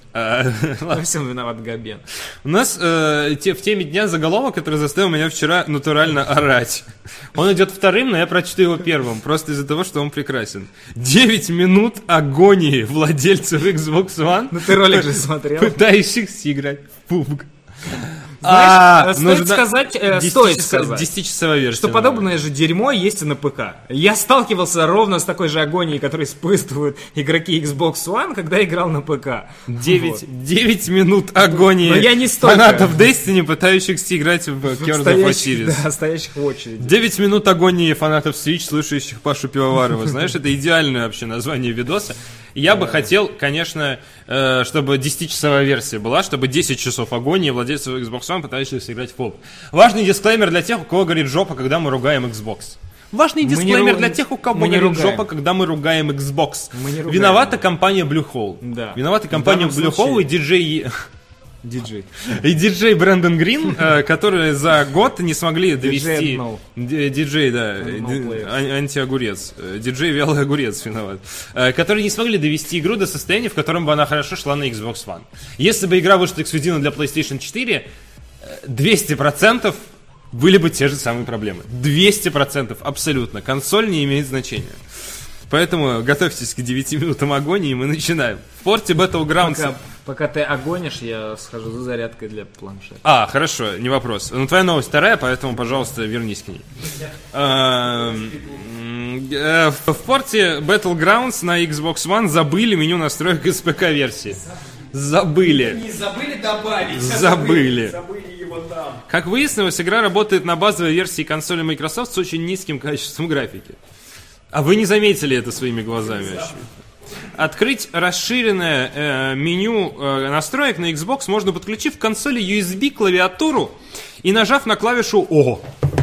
Во всем виноват Габен. У нас э, те, в теме дня заголовок, который заставил меня вчера натурально орать. Он идет вторым, но я прочту его первым, просто из-за того, что он прекрасен. девять минут агонии владельцев Xbox One, ну ты ролик же смотрел, пытающихся играть в пабг. Знаешь, А, стоит нужно сказать, э, стоит сказать, десятичасовая версия, что подобное же дерьмо есть и на ПК. Я сталкивался ровно с такой же агонией, которую испытывают игроки Xbox One, когда играл на ПК. девять, вот. девять минут агонии. Но я не столько. Фанатов Destiny, пытающихся играть в Curse of Osiris. Да, стоящих в очереди. девять минут агонии фанатов Switch, слушающих Пашу Пивоварова. Знаешь, это идеальное вообще название видоса. Я бы хотел, конечно, чтобы десятичасовая версия была, чтобы десять часов агонии владельцев Xbox One, пытающихся играть в поп. Важный дисклеймер для тех, у кого горит жопа, когда мы ругаем Xbox. Важный мы дисклеймер не, для тех, у кого горит ругаем. жопа, когда мы ругаем Xbox. Мы Виновата его. компания Bluehole. Да. Виновата компания Bluehole случае... и диджей... Диджей. И диджей Брэндон Грин, которые за год не смогли довести... Диджей, да, антиогурец. Диджей Вялый Огурец виноват. Которые не смогли довести игру до состояния, в котором бы она хорошо шла на Xbox One. Если бы игра вышла эксклюзивно для PlayStation четыре, двести процентов были бы те же самые проблемы. двести процентов абсолютно. Консоль не имеет значения. Поэтому готовьтесь к девяти минутам агонии, и мы начинаем. В порте Battlegrounds... Пока, пока ты агонишь, я схожу за зарядкой для планшета. А, хорошо, не вопрос. Ну, твоя новость вторая, поэтому, пожалуйста, вернись к ней. В порте Battlegrounds на Xbox One забыли меню настроек из ПК-версии. Забыли. Не забыли добавить. Забыли. Забыли его там. Как выяснилось, игра работает на базовой версии консоли Microsoft с очень низким качеством графики. А вы не заметили это своими глазами, очевидно. Открыть расширенное э, меню э, настроек на Xbox можно, подключив к консоли ю эс би клавиатуру и нажав на клавишу О.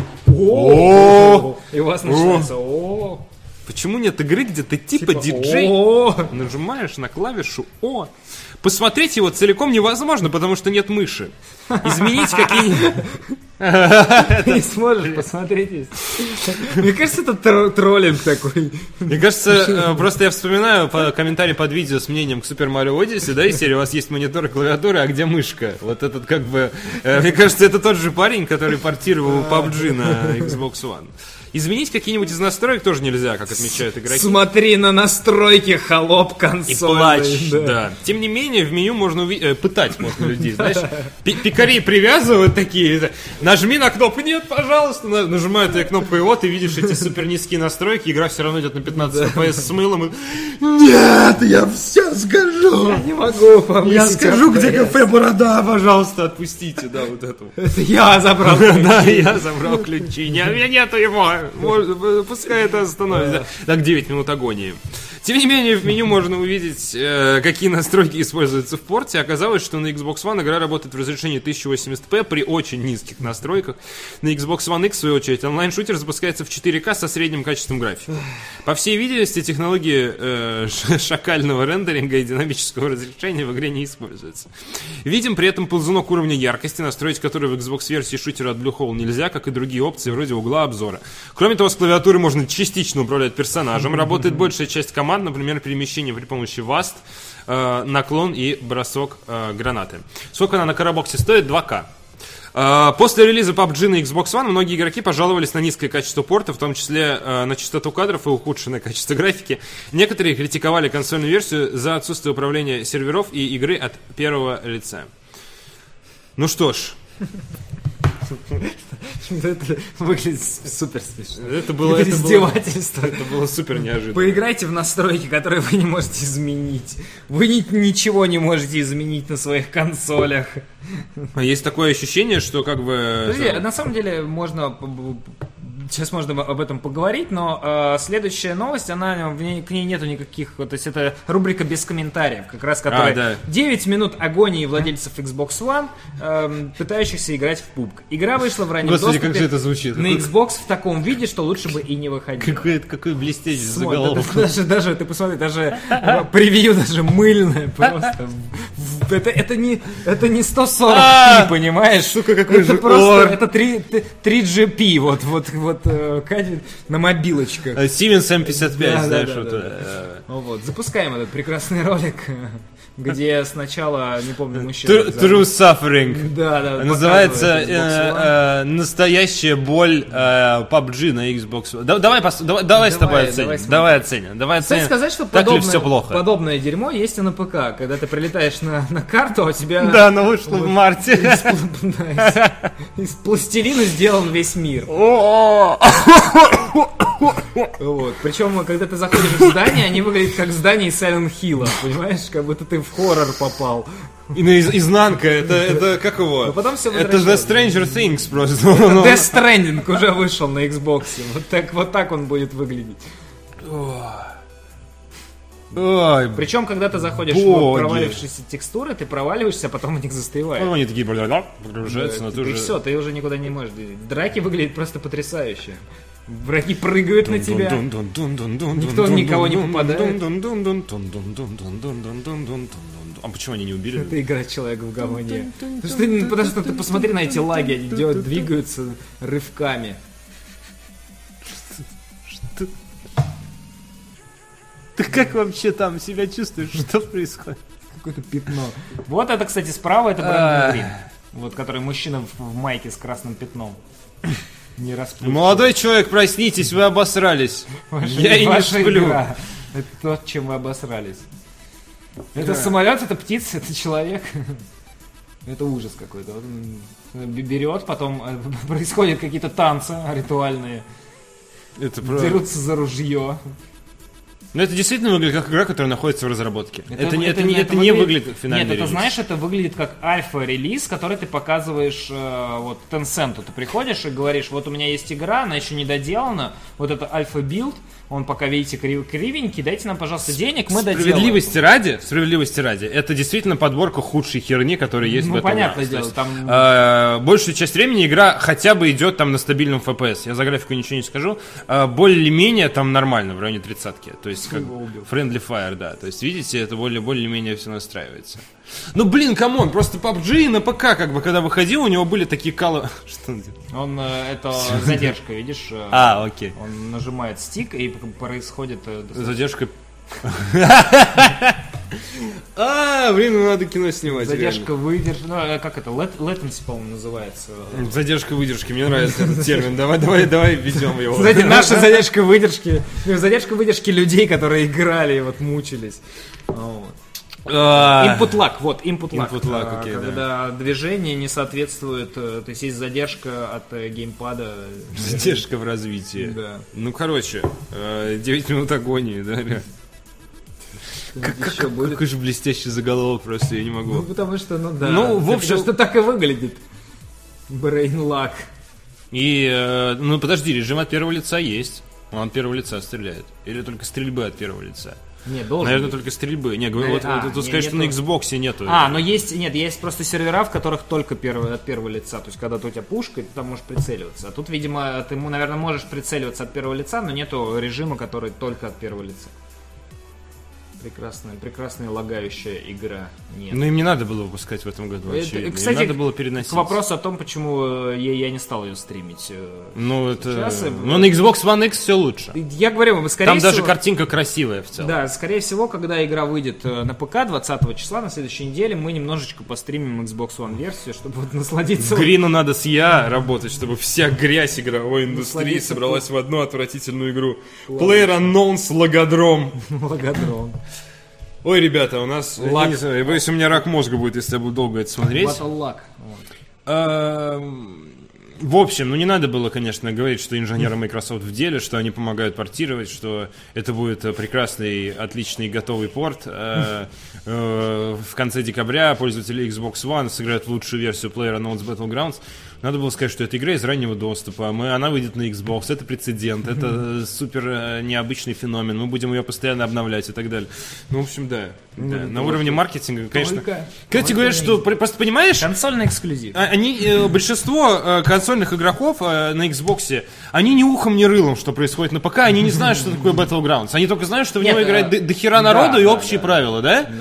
О. И у вас начинается О. Почему нет игры, где ты типа, типа диджей нажимаешь на клавишу О? Посмотреть его целиком невозможно, потому что нет мыши. Изменить какие-нибудь... Не сможешь посмотреть. Мне кажется, это троллинг такой. Мне кажется, просто я вспоминаю комментарий под видео с мнением к Super Mario Odyssey, да, из серии «У вас есть монитор и клавиатура, а где мышка?» Вот этот как бы... Мне кажется, это тот же парень, который портировал пабг на Xbox One. Изменить какие-нибудь из настроек тоже нельзя, как отмечают игроки. Смотри на настройки, холоп, консоль. И плачь, да. да. Тем не менее, в меню можно увидеть... Э, пытать можно людей, знаешь. Пикари привязывают такие. Нажми на кнопку «Нет, пожалуйста». Нажимают на кнопку, и вот, ты видишь эти супер низкие настройки. Игра все равно идет на пятнадцать эф пи эс с мылом. И... Нет, я все скажу. Я не могу повысить. Я скажу, где кафе «Борода», пожалуйста, отпустите. Да, вот эту. Это я забрал ключи. Да, я забрал ключи. У меня нету его. Может, пускай это остановится. Так, девять минут агонии. Тем не менее, в меню можно увидеть, э, какие настройки используются в порте. Оказалось, что на Xbox One игра работает в разрешении тысяча восемьдесят пи при очень низких настройках. На Xbox One X, в свою очередь, онлайн-шутер запускается в четыре ка со средним качеством графики. По всей видимости, технологии э, шакального рендеринга и динамического разрешения в игре не используются. Видим при этом ползунок уровня яркости, настроить который в Xbox-версии шутера от Bluehole нельзя, как и другие опции вроде угла обзора. Кроме того, с клавиатуры можно частично управлять персонажем. Работает большая часть команд, например, перемещение при помощи васт, э, наклон и бросок э, гранаты. Сколько она на Карабоксе стоит? два ка. Э, после релиза пабг на Xbox One многие игроки пожаловались на низкое качество порта, в том числе э, на частоту кадров и ухудшенное качество графики. Некоторые критиковали консольную версию за отсутствие управления серверов и игры от первого лица. Ну что ж... Это выглядит супер смешно. Это было это издевательство. Было, это было супер неожиданно. Поиграйте в настройки, которые вы не можете изменить. Вы ни, ничего не можете изменить на своих консолях. Есть такое ощущение, что как бы... Подожди, на самом деле можно... Сейчас можно об этом поговорить, но э, следующая новость, она в ней, к ней нету никаких, то есть это рубрика без комментариев, как раз которая а, да. девять минут агонии владельцев Xbox One, э, пытающихся играть в пабг. Игра вышла в раннем Господи, доступе как же это звучит. на Xbox в таком виде, что лучше бы и не выходило. Какой, какой блестящий заголовок. Даже, даже, ты посмотри, даже превью даже мыльное просто. Это, это, не, это не сто сорок пи, понимаешь? Сука, какой это же просто, это три джи пи, вот, вот, вот, на мобилочках. Siemens эм пятьдесят пять, да, знаешь, да, вот. Да, да. Вот, запускаем этот прекрасный ролик, где сначала, не помню, мужчина... True Suffering. Да, да. Называется э, э, «Настоящая боль э, пабг на Xbox One». Да, давай, пос, давай, давай с тобой оценим. Давай, давай оценим. Давай оценим. Кстати, сказать, что так подобное, ли все плохо? подобное дерьмо есть и на ПК. Когда ты прилетаешь на, на карту, а у тебя... Да, оно вышло в марте. Из, из пластилина сделан весь мир. Вот. Причем, когда ты заходишь в здание, они выглядят как здание из Silent Hill, понимаешь? Как будто ты в хоррор попал. И на из- изнанка, это, это как его? Потом все это The Stranger Things просто. Death Stranding уже вышел на Xbox. Вот так, вот так он будет выглядеть. Ой, причем, когда ты заходишь в провалившиеся текстуры, ты проваливаешься, а потом в них застреваешь. Ну, они такие, бля, погружаются, да, но ты, ты ты уже... все, ты уже никуда не можешь двигать. Драки выглядят просто потрясающе. Враги прыгают на тебя. Никто никого не попадает. А почему они не убили? Это игра человека в говне. Потому что, ты, потому что ты посмотри на эти лаги, они делают, двигаются рывками. Что? Ты как вообще там себя чувствуешь? Что происходит? Какое-то пятно. Вот это, кстати, справа, это Брэндон Грин. Вот, который мужчина в майке с красным пятном. Не расплющен. Молодой человек, проснитесь, вы обосрались. Ваша, Я и не сплю. Игра. Это то, чем вы обосрались. Это да. Самолет, это птица, это человек. Это ужас какой-то. Он берет, потом происходят какие-то танцы ритуальные. Это дерутся за ружье. Но это действительно выглядит как игра, которая находится в разработке. Это, это, это, это, не, это не выглядит как финальный Нет, это релиз. Знаешь, это выглядит как альфа-релиз, который ты показываешь э, вот Tencent. Ты приходишь и говоришь, вот у меня есть игра, она еще не доделана, вот это альфа-билд, он пока, видите, крив- кривенький, дайте нам, пожалуйста, денег, мы доделаем. Справедливости ради, справедливости ради, это действительно подборка худшей херни, которая есть ну, в этом. Ну, понятное дело, есть, там... Э, большую часть времени игра хотя бы идет там на стабильном эф пи эс. Я за графику ничего не скажу. Э, более-менее там нормально, в районе тридцатки. То есть как friendly fire, да. То есть, видите, это более- более-менее все настраивается. Ну, блин, камон, просто пабг на ПК, как бы, когда выходил, у него были такие калы... Что он делает? Он, э, это задержка, видишь? Э, а, окей. Он нажимает стик, и происходит... Э, задержка... А, блин, ну надо кино снимать. Задержка выдержки. Ну, как это? Latency, по-моему, называется. Задержка выдержки. Мне нравится этот термин. Давай, давай, давай введем его. Кстати, наша задержка выдержки. Задержка выдержки людей, которые играли и вот мучились. Input lag, вот, input lag. Input lag, окей, когда да. движение не соответствует, то есть есть задержка от геймпада. Задержка в развитии. Да. Ну, короче, девять минут агонии, да, реально. Как, как, какой же блестящий заголовок, просто я не могу. Ну, потому что, ну да. Ну, в общем... Потому что так и выглядит. Brain lag. И, э, ну, подожди, режим от первого лица есть. Он от первого лица стреляет. Или только стрельбы от первого лица? Нет, должен Наверное, быть. только стрельбы. Не, говорю, вот, а, вот, тут не, сказать, что на Xbox нету. А, но есть, нет, есть просто сервера, в которых только первый, от первого лица. То есть, когда у тебя пушка, ты там можешь прицеливаться. А тут, видимо, ты, наверное, можешь прицеливаться от первого лица, но нету режима, который только от первого лица. Прекрасная, прекрасная лагающая игра. Нет. Ну, им не надо было выпускать в этом году, очевидно. Это, кстати, им надо было переносить. К вопросу о том, почему я, я не стал ее стримить. Ну, это... Сейчас, ну, на Xbox One X все лучше. Я говорю, скорее Там всего... даже картинка красивая в целом. Да, скорее всего, когда игра выйдет на ПК двадцатого числа, на следующей неделе, мы немножечко постримим Xbox One версию, чтобы вот насладиться... Грину надо с Я работать, чтобы вся грязь игровой индустрии собралась в одну отвратительную игру. PlayerUnknown's Логодром. Логодром. Ой, ребята, у нас... Лак. Я не знаю, я боюсь, у меня рак мозга будет, если я буду долго это смотреть. Battle Lag. В общем, ну не надо было, конечно, говорить, что инженеры Microsoft в деле, что они помогают портировать, что это будет прекрасный, отличный, готовый порт. В конце декабря пользователи Xbox One сыграют в лучшую версию PlayerUnknown's Battlegrounds. Надо было сказать, что это игра из раннего доступа, мы, она выйдет на Xbox, это прецедент, это супер необычный феномен, мы будем ее постоянно обновлять и так далее. Ну, в общем, да. да. На уровне маркетинга, конечно. Только, Когда тебе говорят, что, просто понимаешь... Консольный эксклюзив. Они, большинство консольных игроков на Xbox, они ни ухом, ни рылом, что происходит на ПК, они не знают, что такое Battlegrounds. Они только знают, что в него играет до хера народу и общие правила, да? Да.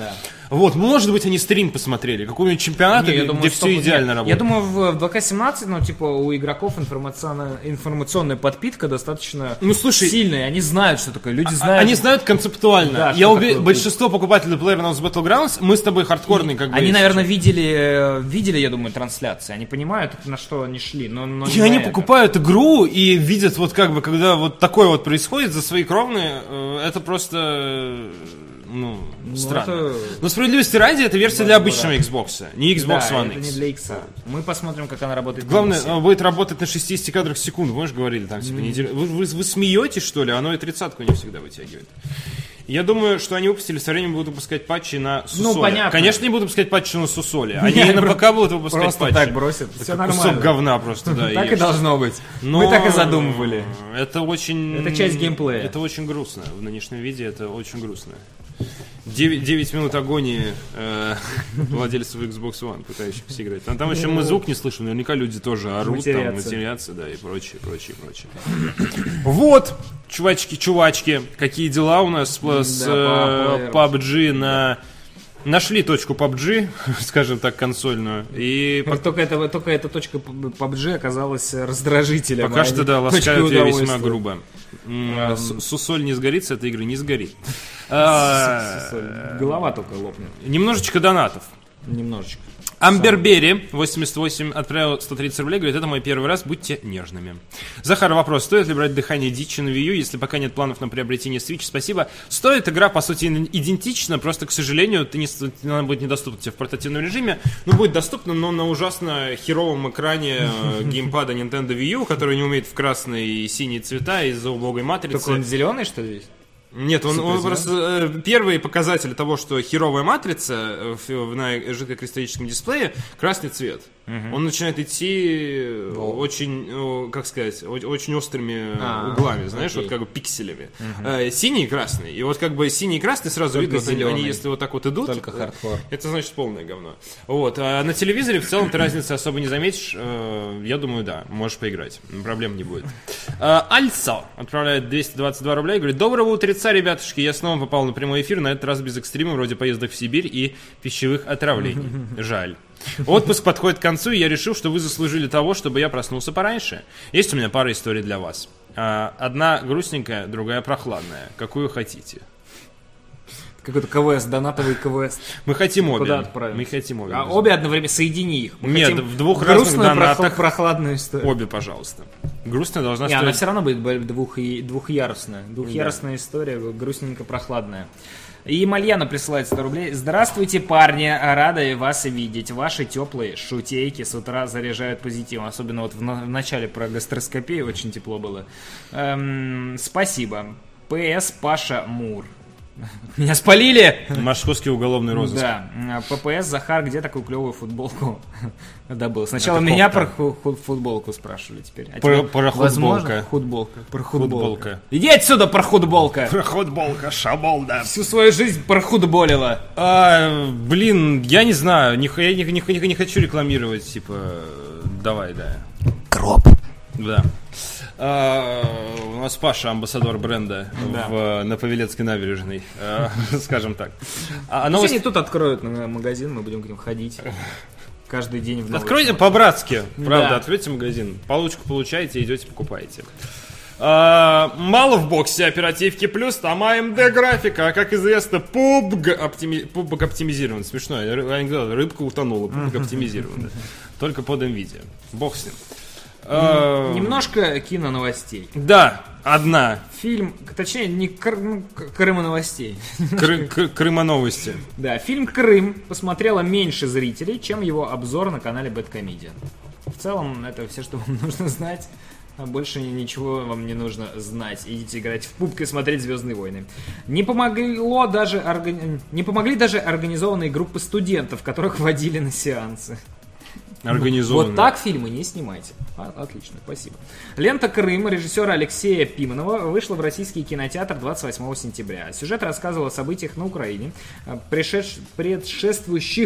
Вот, может быть, они стрим посмотрели, какой-нибудь чемпионат, Не, я где думаю, все что- идеально нет, работает. Я думаю, в в два ка семнадцать, ну, типа, у игроков информационная, информационная подпитка достаточно Ну, слушай, сильная. Они знают, что такое. Люди А- знают. Они знают концептуально. Да, Я что уверен, такое большинство покупателей PlayerUnknown's Battlegrounds, мы с тобой хардкорные, как бы. Они, если наверное, что. видели, э, видели, я думаю, трансляции. Они понимают, на что они шли. Но, но не И они на это. покупают игру и видят, вот как бы, когда вот такое вот происходит за свои кровные, э, это просто, э, ну, Ну, странно. это- Но справедливости ради, это версия Да, для да, обычного да. Xbox, не Xbox Да, One это X. не для X. Мы посмотрим, как она работает. на Главное, X. э, будет работать на шестьдесят кадрах в секунду, помнишь, говорили там, типа, неделю. Вы, вы, вы смеетесь, что ли? Оно и тридцатку не всегда вытягивает. Я думаю, что они выпустили, со временем будут выпускать патчи на Сусоле. Ну, понятно. Конечно, не будут выпускать патчи на Сусоле. Они Не, и на про- ПК будут выпускать Просто патчи. так бросят. Все Кусок нормально. говна просто, да. Так и ешь. должно быть. Но Мы так и задумывали. Это очень... Это часть геймплея. Это очень грустно. В нынешнем виде это очень грустно. девять минут агонии э, владельцев Xbox One, пытающихся играть. Там, там еще мы звук не слышим, наверняка люди тоже орут, там, Матерятся. матерятся, да, и прочее, прочее, прочее. Вот, чувачки-чувачки, какие дела у нас с, с, э, по пабг на... Нашли точку пабг, скажем так, консольную, и Вот Только, это, только эта точка пабг оказалась раздражителем. пока а что, не да, точкой ласкают ее весьма удовольствия. грубо. М, Эм. С- Сусоль не сгорит, с этой игры не сгорит. А, Соль. Голова только лопнет. Немножечко донатов. Немножечко. Амбербери восемьдесят восемь отправил сто тридцать рублей, говорит, это мой первый раз, будьте нежными. Захар, вопрос, стоит ли брать дыхание дичи на Wii U, если пока нет планов на приобретение Switch? Спасибо. Стоит, игра, по сути, идентична, просто, к сожалению, ты не, она будет недоступна тебе в портативном режиме, ну, будет доступна, но на ужасно херовом экране э, геймпада Nintendo Wii U, который не умеет в красные и синие цвета из-за убогой матрицы. Только он зеленый, что ли, весь? Нет, он, он Супер просто э, первый показатель того, что херовая матрица э, в- на жидкокристаллическом дисплее красный цвет. Он начинает идти э, очень, э, как сказать, о- очень острыми А, углами, знаешь, окей. вот как бы пикселями. Э, синий и красный. И вот как бы синий и красный сразу Только видно, вот они, зелёный. они если вот так вот идут, Только э, хардкор. это значит полное говно. Вот. А на телевизоре в целом ты разницы особо не заметишь. Э, Я думаю, да, можешь поиграть. Проблем не будет. Э, Альсо отправляет двести двадцать два рубля и говорит: доброго утреца, ребятушки. Я снова попал на прямой эфир, на этот раз без экстрима, вроде поездок в Сибирь и пищевых отравлений. Жаль. Отпуск подходит к концу, и я решил, что вы заслужили того, чтобы я проснулся пораньше. Есть у меня пара историй для вас. А, Одна грустненькая, другая прохладная. Какую хотите? Какой-то КВС, донатовый КВС. Мы хотим обе. Куда отправим? Мы хотим обе. А обе одновременно, соедини их. Мы Нет, хотим в двух разных грустную, прохла- донатах. прохладную историю. Обе, пожалуйста. Грустная должна Не, она стоить... все равно будет б- двух, двухъярусная. Двухъярусная история, грустненько-прохладная. И Мальяна присылает сто рублей. Здравствуйте, парни, рада вас видеть. Ваши теплые шутейки с утра заряжают позитивом. Особенно вот в, на- в начале про гастроскопию очень тепло было. Эм, спасибо. ПС Паша Мур. Меня спалили! Московский уголовный розыск. Да. ППС Захар, где такую клевую футболку добыл? Сначала Это меня коптер. про ху- ху- футболку спрашивали теперь. А Про- теперь, про возможно, хутболка. Хутболка. Про хутболка. Хутболка. Иди отсюда, про хутболка! Футболка, шаболда. Всю свою жизнь прохудболила. А, блин, я не знаю, не, х- я не, не, не- не хочу рекламировать, типа, давай, да. Кроп. Да. А, у нас Паша, амбассадор бренда Да. в, на Павелецкой набережной, а, скажем так. А, Если новость... они тут откроют на- магазин, мы будем к ним ходить. Каждый день в новый Откройте час. по-братски, правда, Да. откройте магазин, получку получаете, идете, покупаете. А, мало в боксе оперативки плюс, там эй эм ди графика, а как известно, пубг, оптими... пубг оптимизирован. Смешно, ры- анекдот, рыбка утонула, пубг оптимизирован. Только под NVIDIA. Бог с ним. А, Немножко киноновостей. Да, одна. Фильм, точнее, не кр... ну, к- Крыма новостей. Кры- Кры- Крыма новости. Да, фильм «Крым» посмотрело меньше зрителей, чем его обзор на канале Bad-Comedian. В целом, это все, что вам нужно знать. А больше ничего вам не нужно знать. Идите играть в пубг и смотреть «Звездные войны». Не помогло даже органи- не помогли даже организованные группы студентов, которых водили на сеансы. Организованно. Вот так фильмы не снимайте. А, отлично, спасибо. Лента «Крым» режиссера Алексея Пименова вышла в российский кинотеатр двадцать восьмого сентября. Сюжет рассказывал о событиях на Украине, пришедш- предшествующих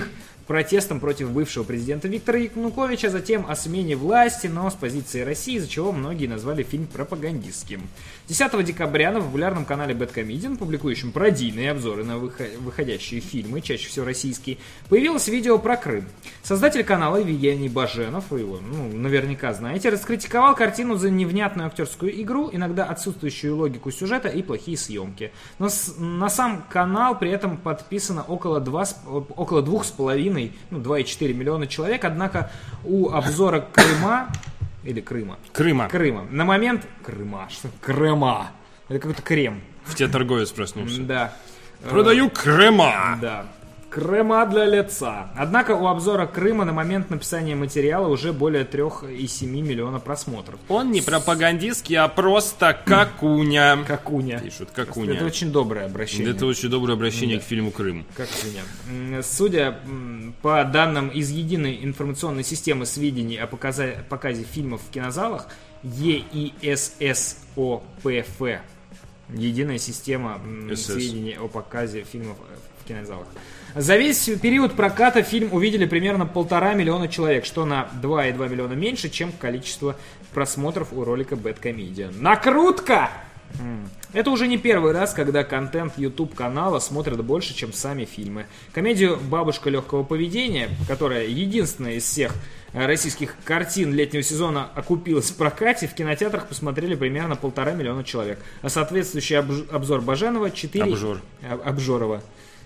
протестом против бывшего президента Виктора Януковича, затем о смене власти, но с позиции России, из-за чего многие назвали фильм пропагандистским. десятого декабря на популярном канале Bad публикующем пародийные обзоры на выходящие фильмы, чаще всего российские, появилось видео про Крым. Создатель канала Евгений Баженов, вы его ну, наверняка знаете, раскритиковал картину за невнятную актерскую игру, иногда отсутствующую логику сюжета и плохие съемки. Но с, на сам канал при этом подписано около, два, около двух с половиной, ну, два и четыре миллиона человек, однако у обзора Крыма, или Крыма? Крыма. Крыма. На момент... Крыма. Что? Крыма. Это какой-то крем. В тебе торговец проснулся. Да. Продаю крема. Да. Крема для лица. Однако у обзора Крыма на момент написания материала уже более три и семь миллиона просмотров. Он не пропагандистский, а просто какуня. Какуня. Пишут, какуня. Это очень доброе обращение. Это очень доброе обращение да. к фильму «Крым». Какуня. Судя по данным из единой информационной системы сведений о показе, показе фильмов в кинозалах, Е И С С О П Ф, единая система эс эс. Сведений о показе фильмов в кинозалах. За весь период проката фильм увидели примерно полтора миллиона человек, что на два и два миллиона меньше, чем количество просмотров у ролика Bad Comedian. Накрутка! Это уже не первый раз, когда контент YouTube-канала смотрят больше, чем сами фильмы. Комедию «Бабушка легкого поведения», которая единственная из всех российских картин летнего сезона окупилась в прокате, в кинотеатрах посмотрели примерно полтора миллиона человек. А соответствующий обж- обзор Баженова четыре... Обжор. Об- Обжорова.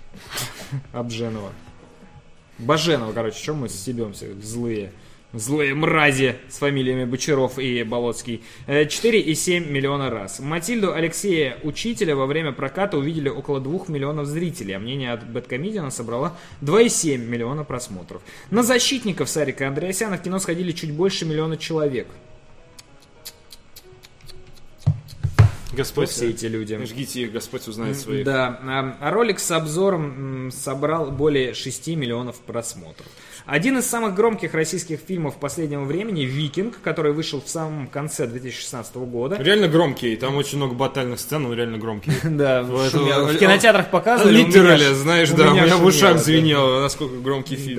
Обженова. Баженова, короче, чем мы стебемся, злые. Злые мрази с фамилиями Бочаров и Болоцкий. четыре и семь миллиона раз. Матильду Алексея Учителя во время проката увидели около двух миллионов зрителей, а мнение от Бэдкомедиана собрало два и семь миллиона просмотров. На «Защитников» Сарика Андреасяна в кино сходили чуть больше миллиона человек. Господь, все эти люди. Жгите их, Господь узнает своих. Да, а ролик с обзором собрал более шести миллионов просмотров. Один из самых громких российских фильмов последнего времени «Викинг», который вышел в самом конце две тысячи шестнадцатого года. Реально громкий, там очень много батальных сцен, он реально громкий. Да, в кинотеатрах показывали. Литерально, знаешь, да, у меня в ушах звенело, насколько громкий фильм.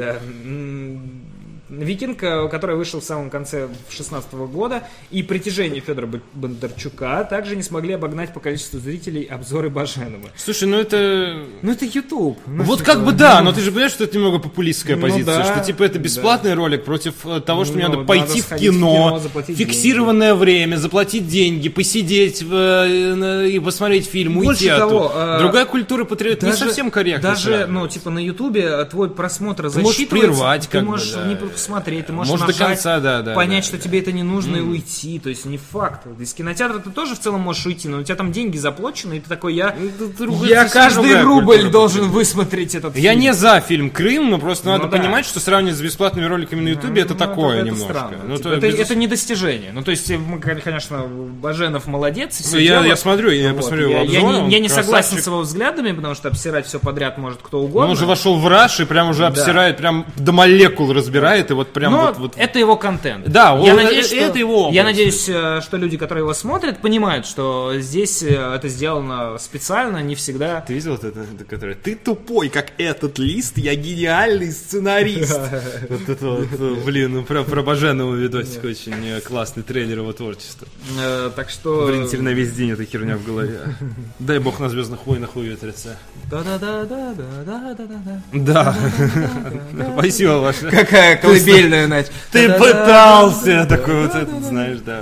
«Викинг», который вышел в самом конце шестнадцатого года, и «Притяжение» Федора Бондарчука также не смогли обогнать по количеству зрителей обзоры Баженова. Слушай, ну это... Ну это YouTube. Ну, вот типа, как бы да, но ты же понимаешь, что это немного популистская ну, позиция, да, что типа это бесплатный да. ролик против того, что ну, мне надо надо пойти в кино, в кино фиксированное деньги. время, заплатить деньги, посидеть в, и посмотреть фильм, Больше уйти того, оттуда. Другая культура патриот не совсем корректна. Даже, ну, типа на Ютубе твой просмотр ты засчитывается, можешь прервать, ты как можешь бы, да. не посмотреть, ты можешь, можешь нажать, до конца, да, да, понять, да, что да. тебе это не нужно, mm. и уйти. То есть не факт. Из кинотеатра ты тоже в целом можешь уйти, но у тебя там деньги заплачены, и ты такой, я, ну, я каждый рубль должен высмотреть этот я фильм. Я не за фильм «Крым», но просто ну, надо да. понимать, что сравнивать с бесплатными роликами на Ютубе, ну, это ну, такое это немножко. Ну, типа, то, это, без... это не достижение. Ну, то есть, мы, конечно, Баженов молодец. Ну, я, я смотрю, я вот. посмотрю я, его обзор, я, не, я не согласен красавчик. с его взглядами, потому что обсирать все подряд может кто угодно. Он уже вошел в раш и прям уже да. обсирает, прям до молекул разбирает, и вот прям но вот, вот... это его контент. Да, я он, надеюсь, это, что, это его я надеюсь, что люди, которые его смотрят, понимают, что здесь это сделано специально, не всегда. Ты видел вот это, это которое? Ты тупой, как этот лист, я гениальный сценарист. Вот это вот, блин, ну про, про Баженова видосик очень классный трейлер его творчества. Так что... Блин, теперь на весь день эта херня в голове. Дай бог на «Звездных войнах» уветрится. Да-да-да-да-да-да-да-да. Да. Спасибо ваше. Какая колыбельная, Надь. Ты пытался такой вот этот, знаешь, да.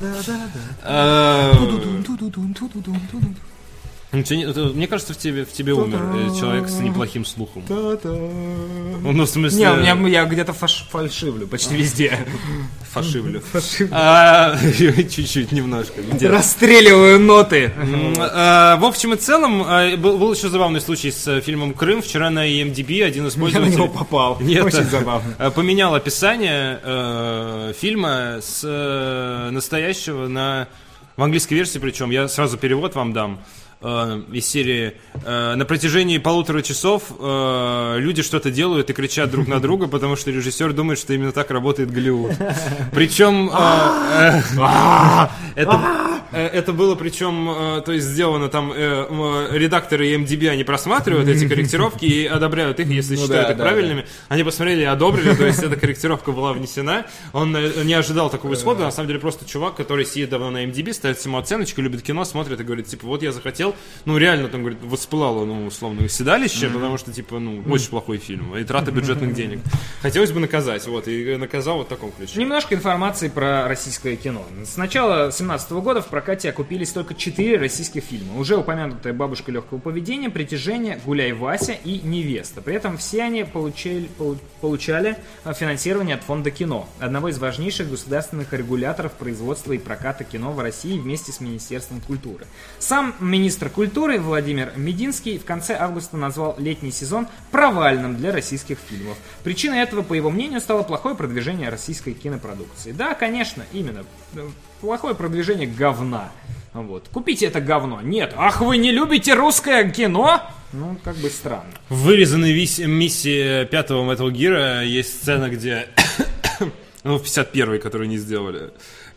Мне кажется, в тебе, в тебе умер человек с неплохим слухом. Ну, в смысле... Не, у меня, я где-то фаш, фальшивлю почти везде. Фашивлю. А, чуть-чуть, немножко. Где? Расстреливаю ноты. А, в общем и целом, был, был еще забавный случай с фильмом «Крым». Вчера на и эм ди би один из пользователей... Я на него попал. Нет, очень забавно. Поменял описание э, фильма с э, настоящего на... В английской версии причем. Я сразу перевод вам дам. Из серии э, на протяжении полутора часов э, люди что-то делают и кричат друг на друга, потому что режиссер думает, что именно так работает Голливуд. Причем э, э, это, Это было, причем, то есть сделано там, редакторы эм ди би, они просматривают эти корректировки и одобряют их, если считают их правильными. Они посмотрели и одобрили, то есть эта корректировка была внесена. Он не ожидал такого исхода, на самом деле просто чувак, который сидит давно на эм ди би, ставит ему оценочку, любит кино, смотрит и говорит, типа, вот я захотел, ну реально там, говорит, воспылало, ну, условно, седалище, потому что, типа, ну, очень плохой фильм, и трата бюджетных денег. Хотелось бы наказать, вот, и наказал вот в таком ключе. Немножко информации про российское кино. С начала две тысячи семнадцатого года в прокате окупились только четыре российских фильма. Уже упомянутая «Бабушка легкого поведения», «Притяжение», «Гуляй, Вася» и «Невеста». При этом все они получали, получали финансирование от Фонда кино, одного из важнейших государственных регуляторов производства и проката кино в России вместе с Министерством культуры. Сам министр культуры Владимир Мединский в конце августа назвал летний сезон провальным для российских фильмов. Причиной этого, по его мнению, стало плохое продвижение российской кинопродукции. Да, конечно, именно. Плохое продвижение говна. Вот. Купите это говно. Нет. Ах, вы не любите русское кино? Ну, как бы странно. В вырезанной миссии пятого Metal Gear есть сцена, где... ну, в пятьдесят первой, которую не сделали.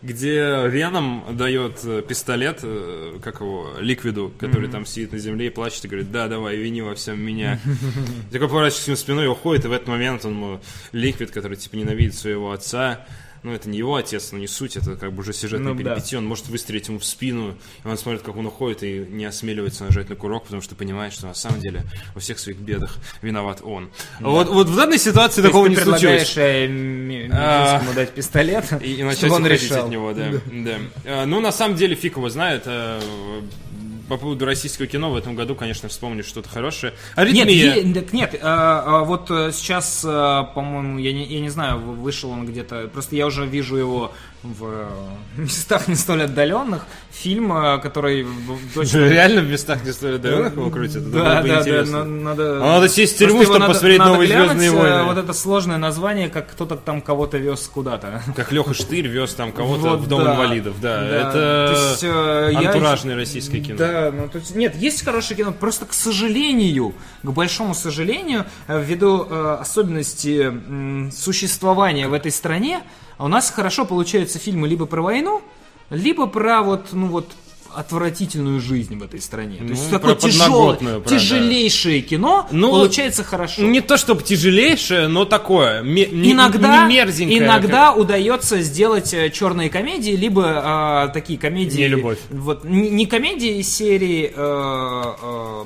Где Веном дает пистолет, как его, Ликвиду, который mm-hmm. там сидит на земле и плачет и говорит, да, давай, вини во всем меня. Такой поворачивается к нему спиной и уходит, и в этот момент он, Ликвид, который типа ненавидит своего отца, ну, это не его отец, но не суть, это как бы уже сюжетная ну, перипетия, да. Он может выстрелить ему в спину, и он смотрит, как он уходит, и не осмеливается нажать на курок, потому что понимает, что на самом деле во всех своих бедах виноват он. Да. Вот, вот в данной ситуации то такого не случилось. То есть ты предлагаешь ему дать пистолет, и, и начать уходить от него, да. да. да. А, ну, на самом деле, фиг его знает. А, по поводу российского кино в этом году, конечно, вспомнишь что-то хорошее. Аритмия. Нет, нет, нет а, а, вот сейчас, а, по-моему, я не, я не знаю, вышел он где-то, просто я уже вижу его в местах не столь отдаленных. Фильм, который точно... Реально в местах не столь отдаленных его крутят? Да, да, да. Надо... надо сесть в тюрьму, чтобы посмотреть новые «Звездные войны». Вот это сложное название, как кто-то там кого-то вез куда-то. Как Леха Штырь вез там кого-то в дом инвалидов, да. Это антуражное российское кино. Да, ну, то есть, нет, есть хорошее кино, просто, к сожалению, к большому сожалению, ввиду э, особенностей э, существования в этой стране, у нас хорошо получаются фильмы либо про войну, либо про вот, ну вот, отвратительную жизнь в этой стране. То есть ну, такое тяжелое, тяжелейшее да. кино ну, получается хорошо. Не то чтобы тяжелейшее, но такое, ме- иногда, не мерзенькое. Иногда как... удается сделать черные комедии, либо а, такие комедии... Не любовь. Вот, не, не комедии из серии... А, а,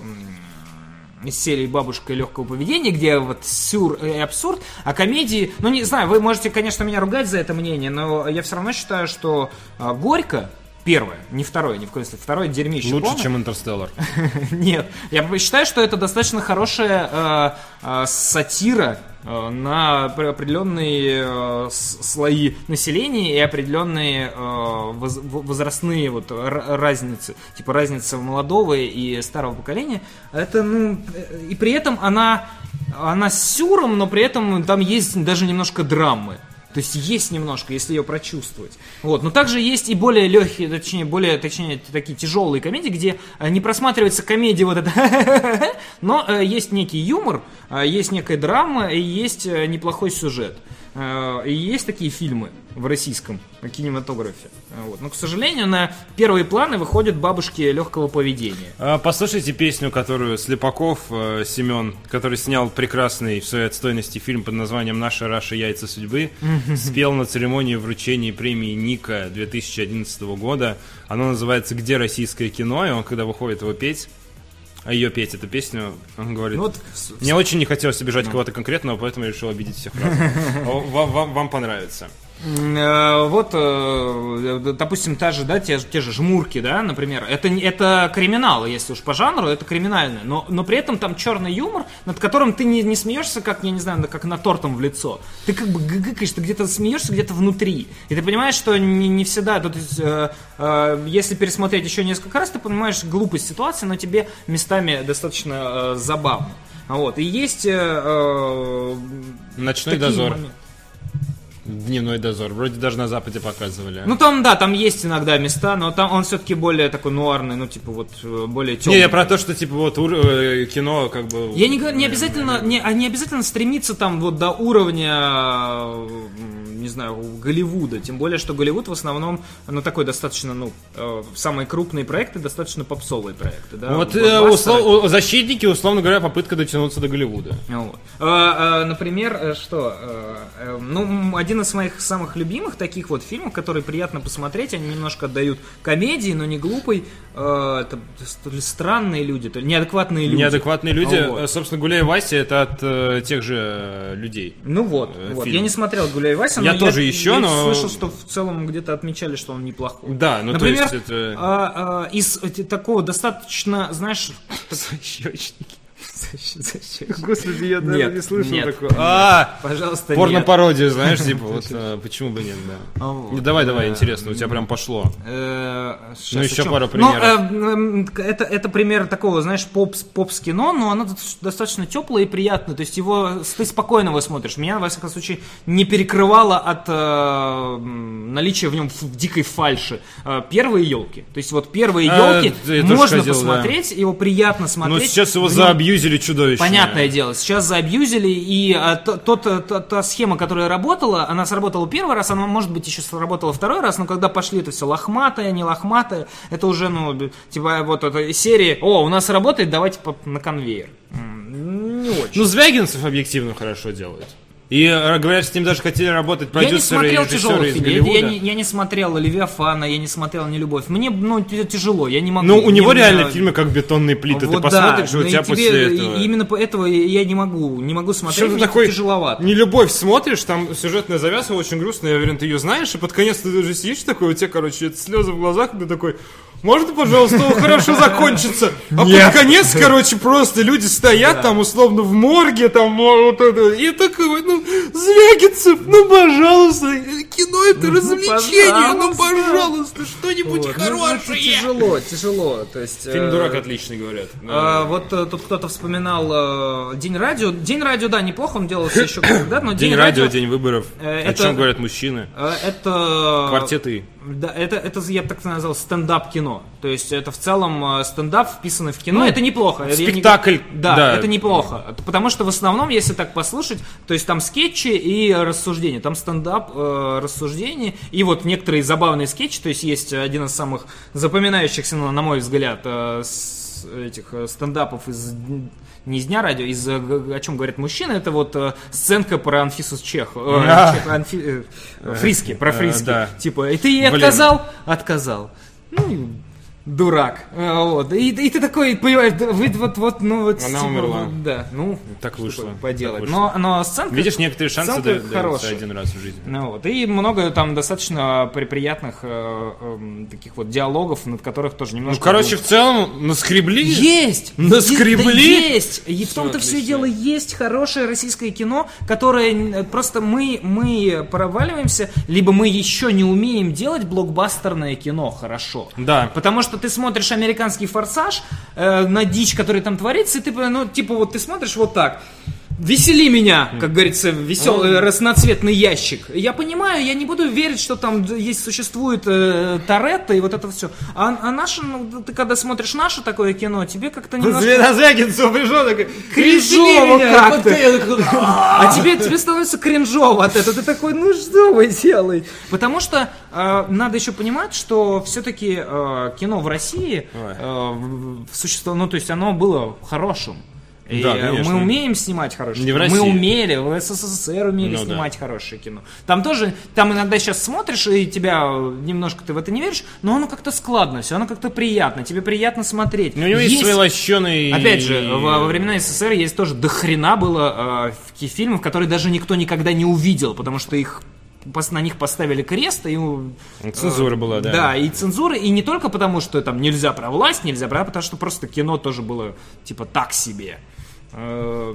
из серии «Бабушка легкого поведения», где вот сюр и абсурд, а комедии, ну не знаю, вы можете, конечно, меня ругать за это мнение, но я все равно считаю, что а, «Горько», первое, не второе, ни в коем случае, второе дерьмище. Лучше, полное. Чем «Интерстеллар». Нет, я считаю, что это достаточно хорошая э, э, сатира э, на определенные э, слои населения и определенные э, воз, возрастные вот р- разницы, типа разница молодого и старого поколения. Это, ну, и при этом она, она с сюром, но при этом там есть даже немножко драмы. То есть есть немножко, если ее прочувствовать. Вот. Но также есть и более легкие, точнее, более, точнее, такие тяжелые комедии, где не просматривается комедия вот эта, но есть некий юмор, есть некая драма и есть неплохой сюжет. И есть такие фильмы в российском кинематографе. Вот. Но, к сожалению, на первые планы выходят «Бабушки легкого поведения». Послушайте песню, которую Слепаков э, Семен, который снял прекрасный в своей отстойности фильм под названием «Наша Раша. Яйца судьбы», спел на церемонии вручения премии Ника две тысячи одиннадцатого года. Оно называется «Где российское кино?», и он, когда выходит его петь, а ее петь эту песню, он говорит, ну, вот, мне очень не хотелось обижать ну. кого-то конкретного, поэтому я решил обидеть всех разом. Вам, вам, вам понравится. Вот, допустим, та же, да, те, те же «Жмурки», да, например, это, это криминал, если уж по жанру, это криминальное, но, но при этом там черный юмор, над которым ты не, не смеешься, как, я не знаю, как над тортом в лицо. Ты как бы гыкаешь, ты где-то смеешься, где-то внутри. И ты понимаешь, что не, не всегда, то есть, э, э, если пересмотреть еще несколько раз, ты понимаешь глупость ситуации, но тебе местами достаточно э, забавно. Вот, и есть... Э, «Ночной дозор». Моменты. «Дневной дозор». Вроде даже на Западе показывали. Ну там, да, там есть иногда места, но там он все-таки более такой нуарный, ну типа вот более темный. Не, я про то, что типа вот ур- кино как бы... Я не, не обязательно, не, не обязательно стремиться там вот до уровня, не знаю, Голливуда. Тем более, что Голливуд в основном, ну, такой достаточно, ну, э, самые крупные проекты, достаточно попсовые проекты, да. Вот э, услов, «Защитники», условно говоря, попытка дотянуться до Голливуда. Вот. А, а, например, что? А, ну, один из моих самых любимых таких вот фильмов, которые приятно посмотреть, они немножко отдают комедии, но не глупой. А, это то ли странные люди, то ли неадекватные люди. Неадекватные люди. Вот. Собственно, «Гуляй, Вася» — это от э, тех же э, людей. Ну вот, вот. Я не смотрел «Гуляй, Вася», я но тоже я, еще, я но... слышал, что в целом где-то отмечали, что он неплохой. Да, ну например, то есть это... а, а, из такого достаточно, знаешь... Защечники. Господи, я даже нет, не слышал нет. такого. А, пожалуйста, порно-пародия, знаешь, типа, вот почему бы нет, да. Вот. Давай, давай, интересно, у тебя прям пошло. Сейчас, ну, еще пару примеров. Ну, это, это пример такого, знаешь, попс, попс-кино, но оно достаточно теплое и приятное. То есть его ты спокойно его смотришь. Меня, во всяком случае, не перекрывало от э, наличия в нем дикой фальши. Первые елки. То есть вот первые елки а, можно ходил, посмотреть, да. Его приятно смотреть. Но сейчас его заабьюзили чудовищно. Понятное дело, сейчас заабьюзили, и а, то, тот, та, та схема, которая работала, она сработала первый раз, она, может быть, еще сработала второй раз, но когда пошли это все лохматое, не лохматое, это уже, ну, типа, вот эта серия, о, у нас работает, давайте по, на конвейер. Не очень. Ну, Звягинцев объективно хорошо делает. И, говорят, с ним даже хотели работать продюсеры и режиссеры из Голливуда. Я, я, не, я не смотрел «Левиафана», я не смотрел «Нелюбовь». Мне, ну, тяжело, я не могу. Ну, у него мне, реально меня... фильмы как «Бетонные плиты». Вот ты посмотришь, да, и у тебя тебе, после этого... И именно поэтому я не могу, не могу смотреть, мне такой тяжеловато. «Нелюбовь» смотришь, там сюжетная завязка очень грустная, я уверен, ты ее знаешь, и под конец ты даже сидишь такой, у тебя, короче, слезы в глазах, и ты такой... Можно, пожалуйста, хорошо закончится? А под конец, короче, просто люди стоят да. там, условно, в морге, там, вот это, и такой, ну, Звягинцев, ну, пожалуйста, кино это ну, развлечение, ну, пожалуйста, что-нибудь вот. хорошее. Ну, тяжело, тяжело, то есть... Фильм э, «Дурак» отличный, говорят. Да. Э, вот э, тут кто-то вспоминал э, «День радио». «День радио», да, неплохо, он делался еще когда, но «День, День радио», «День выборов», э, о это, чем говорят мужчины. Э, это... Квартеты. Да, это, это я так назвал стендап-кино. То есть это в целом стендап, вписанный в кино. Ну, это неплохо. Спектакль. Не... Да, да, это неплохо. Потому что в основном, если так послушать, то есть там скетчи и рассуждения. Там стендап, э, рассуждения. И вот некоторые забавные скетчи. То есть есть один из самых запоминающихся, на мой взгляд, э, с этих стендапов из... Не из Дня радио, из «О чем говорят мужчины», это вот э, сценка про Анфису Чех, э, а. Чех Анфи, э, Фриски, про Фриски. Да. Типа, и ты ей отказал? Отказал. Ну, дурак. Вот. И, и ты такой, понимаешь, вот, вот, ну вот. Она типа, умерла. Да, ну. Так вышло. Поделать. Так вышло. Но, но сценка. Видишь, некоторые шансы даются один раз в жизни. Ну, вот. И много там достаточно приятных э, э, таких вот диалогов, над которых тоже немножко. Ну, короче, думаю. В целом, наскребли. Есть! Наскребли? Да есть! И в том-то все дело, есть хорошее российское кино, которое просто мы, мы проваливаемся, либо мы еще не умеем делать блокбастерное кино хорошо. Да. Потому что ты смотришь американский «Форсаж», э, на дичь, которая там творится, и ты, ну, типа, вот ты смотришь вот так. Весели меня, как говорится, веселый, разноцветный ящик. Я понимаю, я не буду верить, что там есть, существует э, Торетто и вот это все. А, а наше, ну, ты когда смотришь наше такое кино, тебе как-то немножко... На Звягинцев пришел такой... Кринжово как-то. А тебе, тебе становится кринжово от этого. Ты такой, ну что вы делаете? Потому что э, надо еще понимать, что все-таки э, кино в России э, существовало, ну то есть оно было хорошим. И да, мы умеем снимать хорошее кино. Мы умели, в СССР умели ну, снимать да. хорошее кино. Там тоже, там иногда сейчас смотришь, и тебя немножко ты в это не веришь, но оно как-то складно, все, оно как-то приятно, тебе приятно смотреть. Но у него есть, есть свои лощеные... Опять же, во, во времена СССР есть тоже дохрена было э, фильмов, которые даже никто никогда не увидел, потому что их... на них поставили крест, и... Цензура э, была, да. Да, и цензура, и не только потому, что там нельзя про власть, нельзя про... потому что просто кино тоже было, типа, так себе. Э,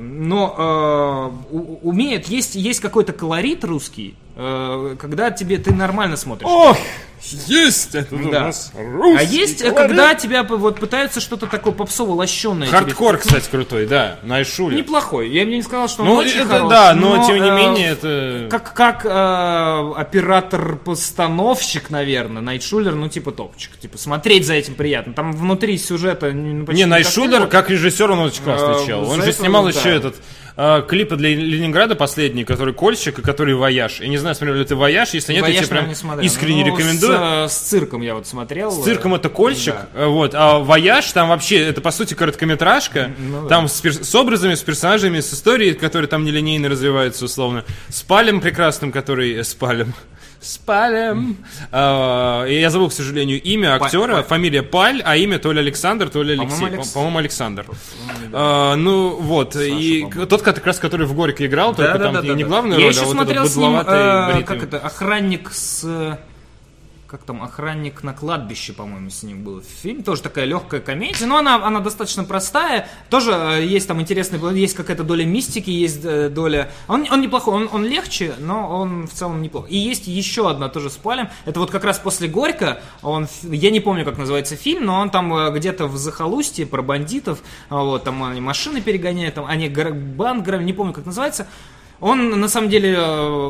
но э, умеет, есть, есть какой-то колорит русский, э, когда тебе, ты нормально смотришь. Ох! Есть! Это да. у нас русский А есть, колорит. Когда тебя вот пытаются что-то такое попсово-лощеное. Хардкор, тебе... кстати, крутой, да. Найшулер. Неплохой. Я бы не сказал, что он ну, очень это, хороший. Да, но, но тем не э, менее это... Как, как э, оператор-постановщик, наверное, Найшулер, ну типа топчик. Типа смотреть за этим приятно. Там внутри сюжета... Ну, не, Найшулер, как режиссер, он очень классный э, чел. Он же снимал да. еще этот... э, клипы для Ленинграда последние, который «Кольщик» и который «Вояж». Я не знаю, смотрел ли ты «Вояж», если нет, «Вояж» я тебе прям не искренне ну, рекомендую. С, с цирком я вот смотрел. С цирком это «Кольщик», да. Вот, а «Вояж» там вообще, это по сути короткометражка, ну, там да. с, пер- с образами, с персонажами, с историей, которые там нелинейно развиваются условно, с Палем прекрасным, который... С Палем... Спалем. Uh, я забыл, к сожалению, имя актера, Паль, фамилия Паль, а имя то ли Александр, то ли Алексей. По-моему, Алекс... По-моему Александр. Да. Uh, ну вот, Саша, и по-моему. Тот, как раз, который в Горько играл, да, только да, там да, не да, главную да. роль, я а вот смотрел этот с ним, э, как это, охранник с... Как там, охранник на кладбище, по-моему, с ним был фильм. Тоже такая легкая комедия, но она, она достаточно простая. Тоже э, есть там интересный, есть какая-то доля мистики, есть э, доля... Он, он неплохой, он, он легче, но он в целом неплох. И есть еще одна тоже с Палем. Это вот как раз после «Горько». Он, я не помню, как называется фильм, но он там э, где-то в захолустье про бандитов. Вот, там они машины перегоняют, там они банк грабят, не помню, как называется. Он, на самом деле,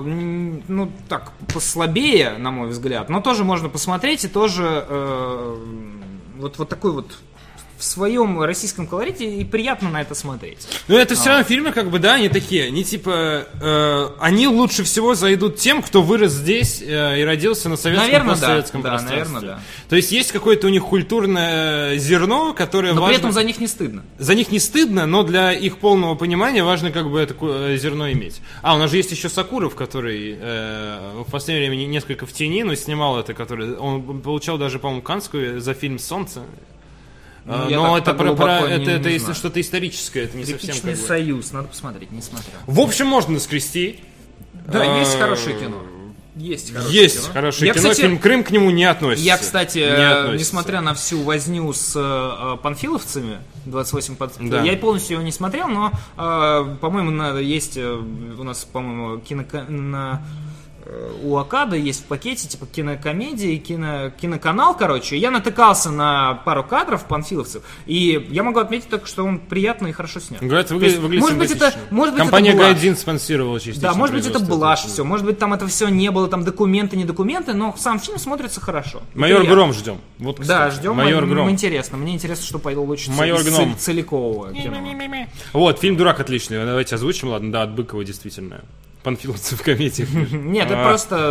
ну, так, послабее, на мой взгляд, но тоже можно посмотреть, и тоже э, вот, вот такой вот в своем российском колорите, и приятно на это смотреть. Ну, это а. все равно фильмы, как бы, да, они такие, они типа, э, они лучше всего зайдут тем, кто вырос здесь э, и родился на советском, наверное, постсоветском да. пространстве. Да, наверное, да. То есть есть какое-то у них культурное зерно, которое но важно... при этом за них не стыдно. За них не стыдно, но для их полного понимания важно как бы это зерно иметь. А, у нас же есть еще Сакуров, который э, в последнее время несколько в тени, но снимал это, который... Он получал даже, по-моему, Каннскую за фильм «Солнце». Ну, но это, про, про, не, это, не это что-то историческое, это не Критичный совсем как бы... союз, надо посмотреть, не смотрел. В общем, можно наскрести. Да, а, есть хорошее кино. Есть хорошее есть кино. хорошее я, кино, кстати, фильм «Крым» к нему не относится. Я, кстати, не несмотря на всю возню с э, панфиловцами, двадцать восемь панфиловцев, да. я полностью его не смотрел, но, э, по-моему, надо, есть э, у нас, по-моему, кино... на... у Акада есть в пакете типа кинокомедии, кино, киноканал, короче. Я натыкался на пару кадров панфиловцев, и я могу отметить только, что он приятно и хорошо снят. Говорят, выглядит, выглядит может быть, это, может быть, компания это Гайдин спонсировала частично. Да, может быть, это блажь, все. Может быть, там это все не было, там документы, не документы, но сам фильм смотрится хорошо. Майор Гром ждем. Вот, да, ждем. Майор Гром. Гром. Интересно. Мне интересно, что получится Майор из Гном. целикового кино. Вот, фильм «Дурак» отличный. Давайте озвучим, ладно, да, от Быкова действительно. Панфиловцев в комедиях. Нет, это просто,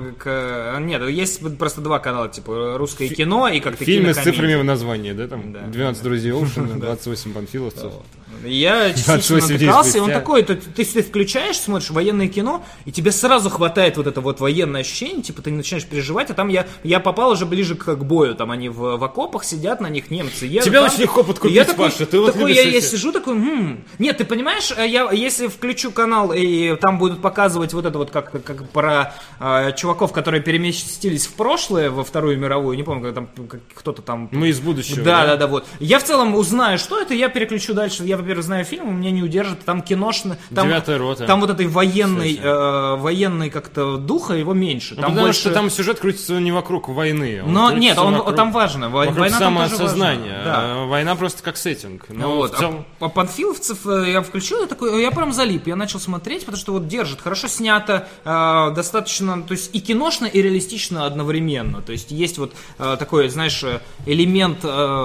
да, нет, есть просто два канала, типа русское кино и как-то фильмы с цифрами в названии, да, там да, двенадцать да. друзей Оушена, двадцать восемь панфиловцев. Я частично натыкался, и он такой, ты, ты, ты включаешь, смотришь военное кино, и тебе сразу хватает вот это вот военное ощущение, типа ты начинаешь переживать, а там я, я попал уже ближе к, к бою, там они в, в окопах сидят, на них немцы едут. Тебя там, очень легко подкупить, я такой, Паша, ты вот такой я, я сижу такой, хм. Нет, ты понимаешь, я если включу канал, и там будут показывать вот это вот, как, как про э, чуваков, которые переместились в прошлое, во Вторую мировую, не помню, как там как, кто-то там... Мы из будущего. Да, да, да, да, вот. Я в целом узнаю, что это, я переключу дальше, я, во-первых, знаю фильм, у меня не удержит, там киношно, там, Девятая рота. Там вот этой военной, э, военной как-то духа его меньше. Ну, там потому больше... что там сюжет крутится не вокруг войны. Но нет, он, вокруг, там важно. Вокруг война самоосознания. Да. Война просто как сеттинг. Но вот. целом... А, а панфиловцев я включил, я такой, я прям залип, я начал смотреть, потому что вот держит, хорошо снято, э, достаточно, то есть и киношно, и реалистично одновременно. То есть есть вот э, такой, знаешь, элемент,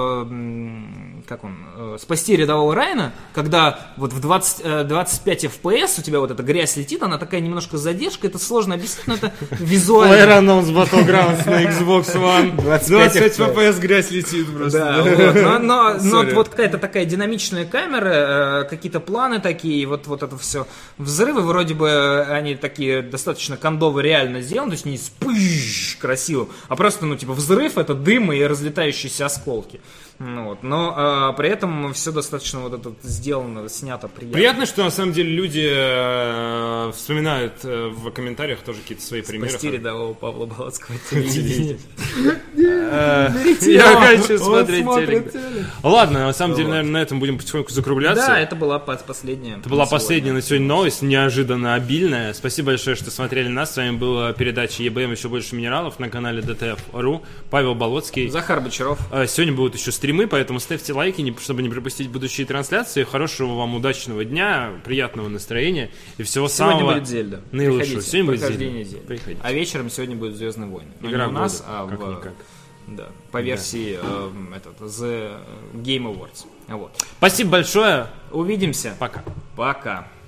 э, как он, э, спасти рядового Райана, когда вот в двадцать, э, двадцать пять эф пи эс у тебя вот эта грязь летит, она такая немножко с задержкой, это сложно объяснить, но это визуально. PlayerUnknown's Battlegrounds на Xbox One. двадцать пять эф пи эс грязь летит просто. Да, вот. Но, но, но вот какая-то такая динамичная камера, э, какие-то планы такие, вот, вот это все. Взрывы вроде бы, они такие достаточно кондово реально сделаны, то есть не спыш красиво, а просто, ну, типа, взрыв, это дым и разлетающиеся осколки. Ну, вот. Но а, при этом все достаточно вот это сделано, снято приятно. Приятно, что на самом деле люди э, вспоминают э, в комментариях тоже какие-то свои примеры. Спасти рядового Павла Балацкого телевидения. Я хочу смотреть телек. Ладно, на самом деле, наверное, на этом будем потихоньку закругляться. Да, это была последняя. Это была последняя на сегодня новость, неожиданно обильная. Спасибо большое, что смотрели нас. С вами была передача ЕБМ «Еще больше минералов» на канале ди ти эф точка ру. Павел Болоцкий. Захар Бочаров. Сегодня будут еще стримы, поэтому ставьте лайки, чтобы не пропустить будущие трансляции. Хорошего вам удачного дня, приятного настроения и всего сегодня самого будет Зельда. наилучшего. Сегодня будет Зельда. Приходите. А вечером сегодня будет Звездные войны. Но Игра не у нас, года, а как в... никак. Да, по версии да. э, этот, The Game Awards. Вот. Спасибо большое. Увидимся. Пока. Пока.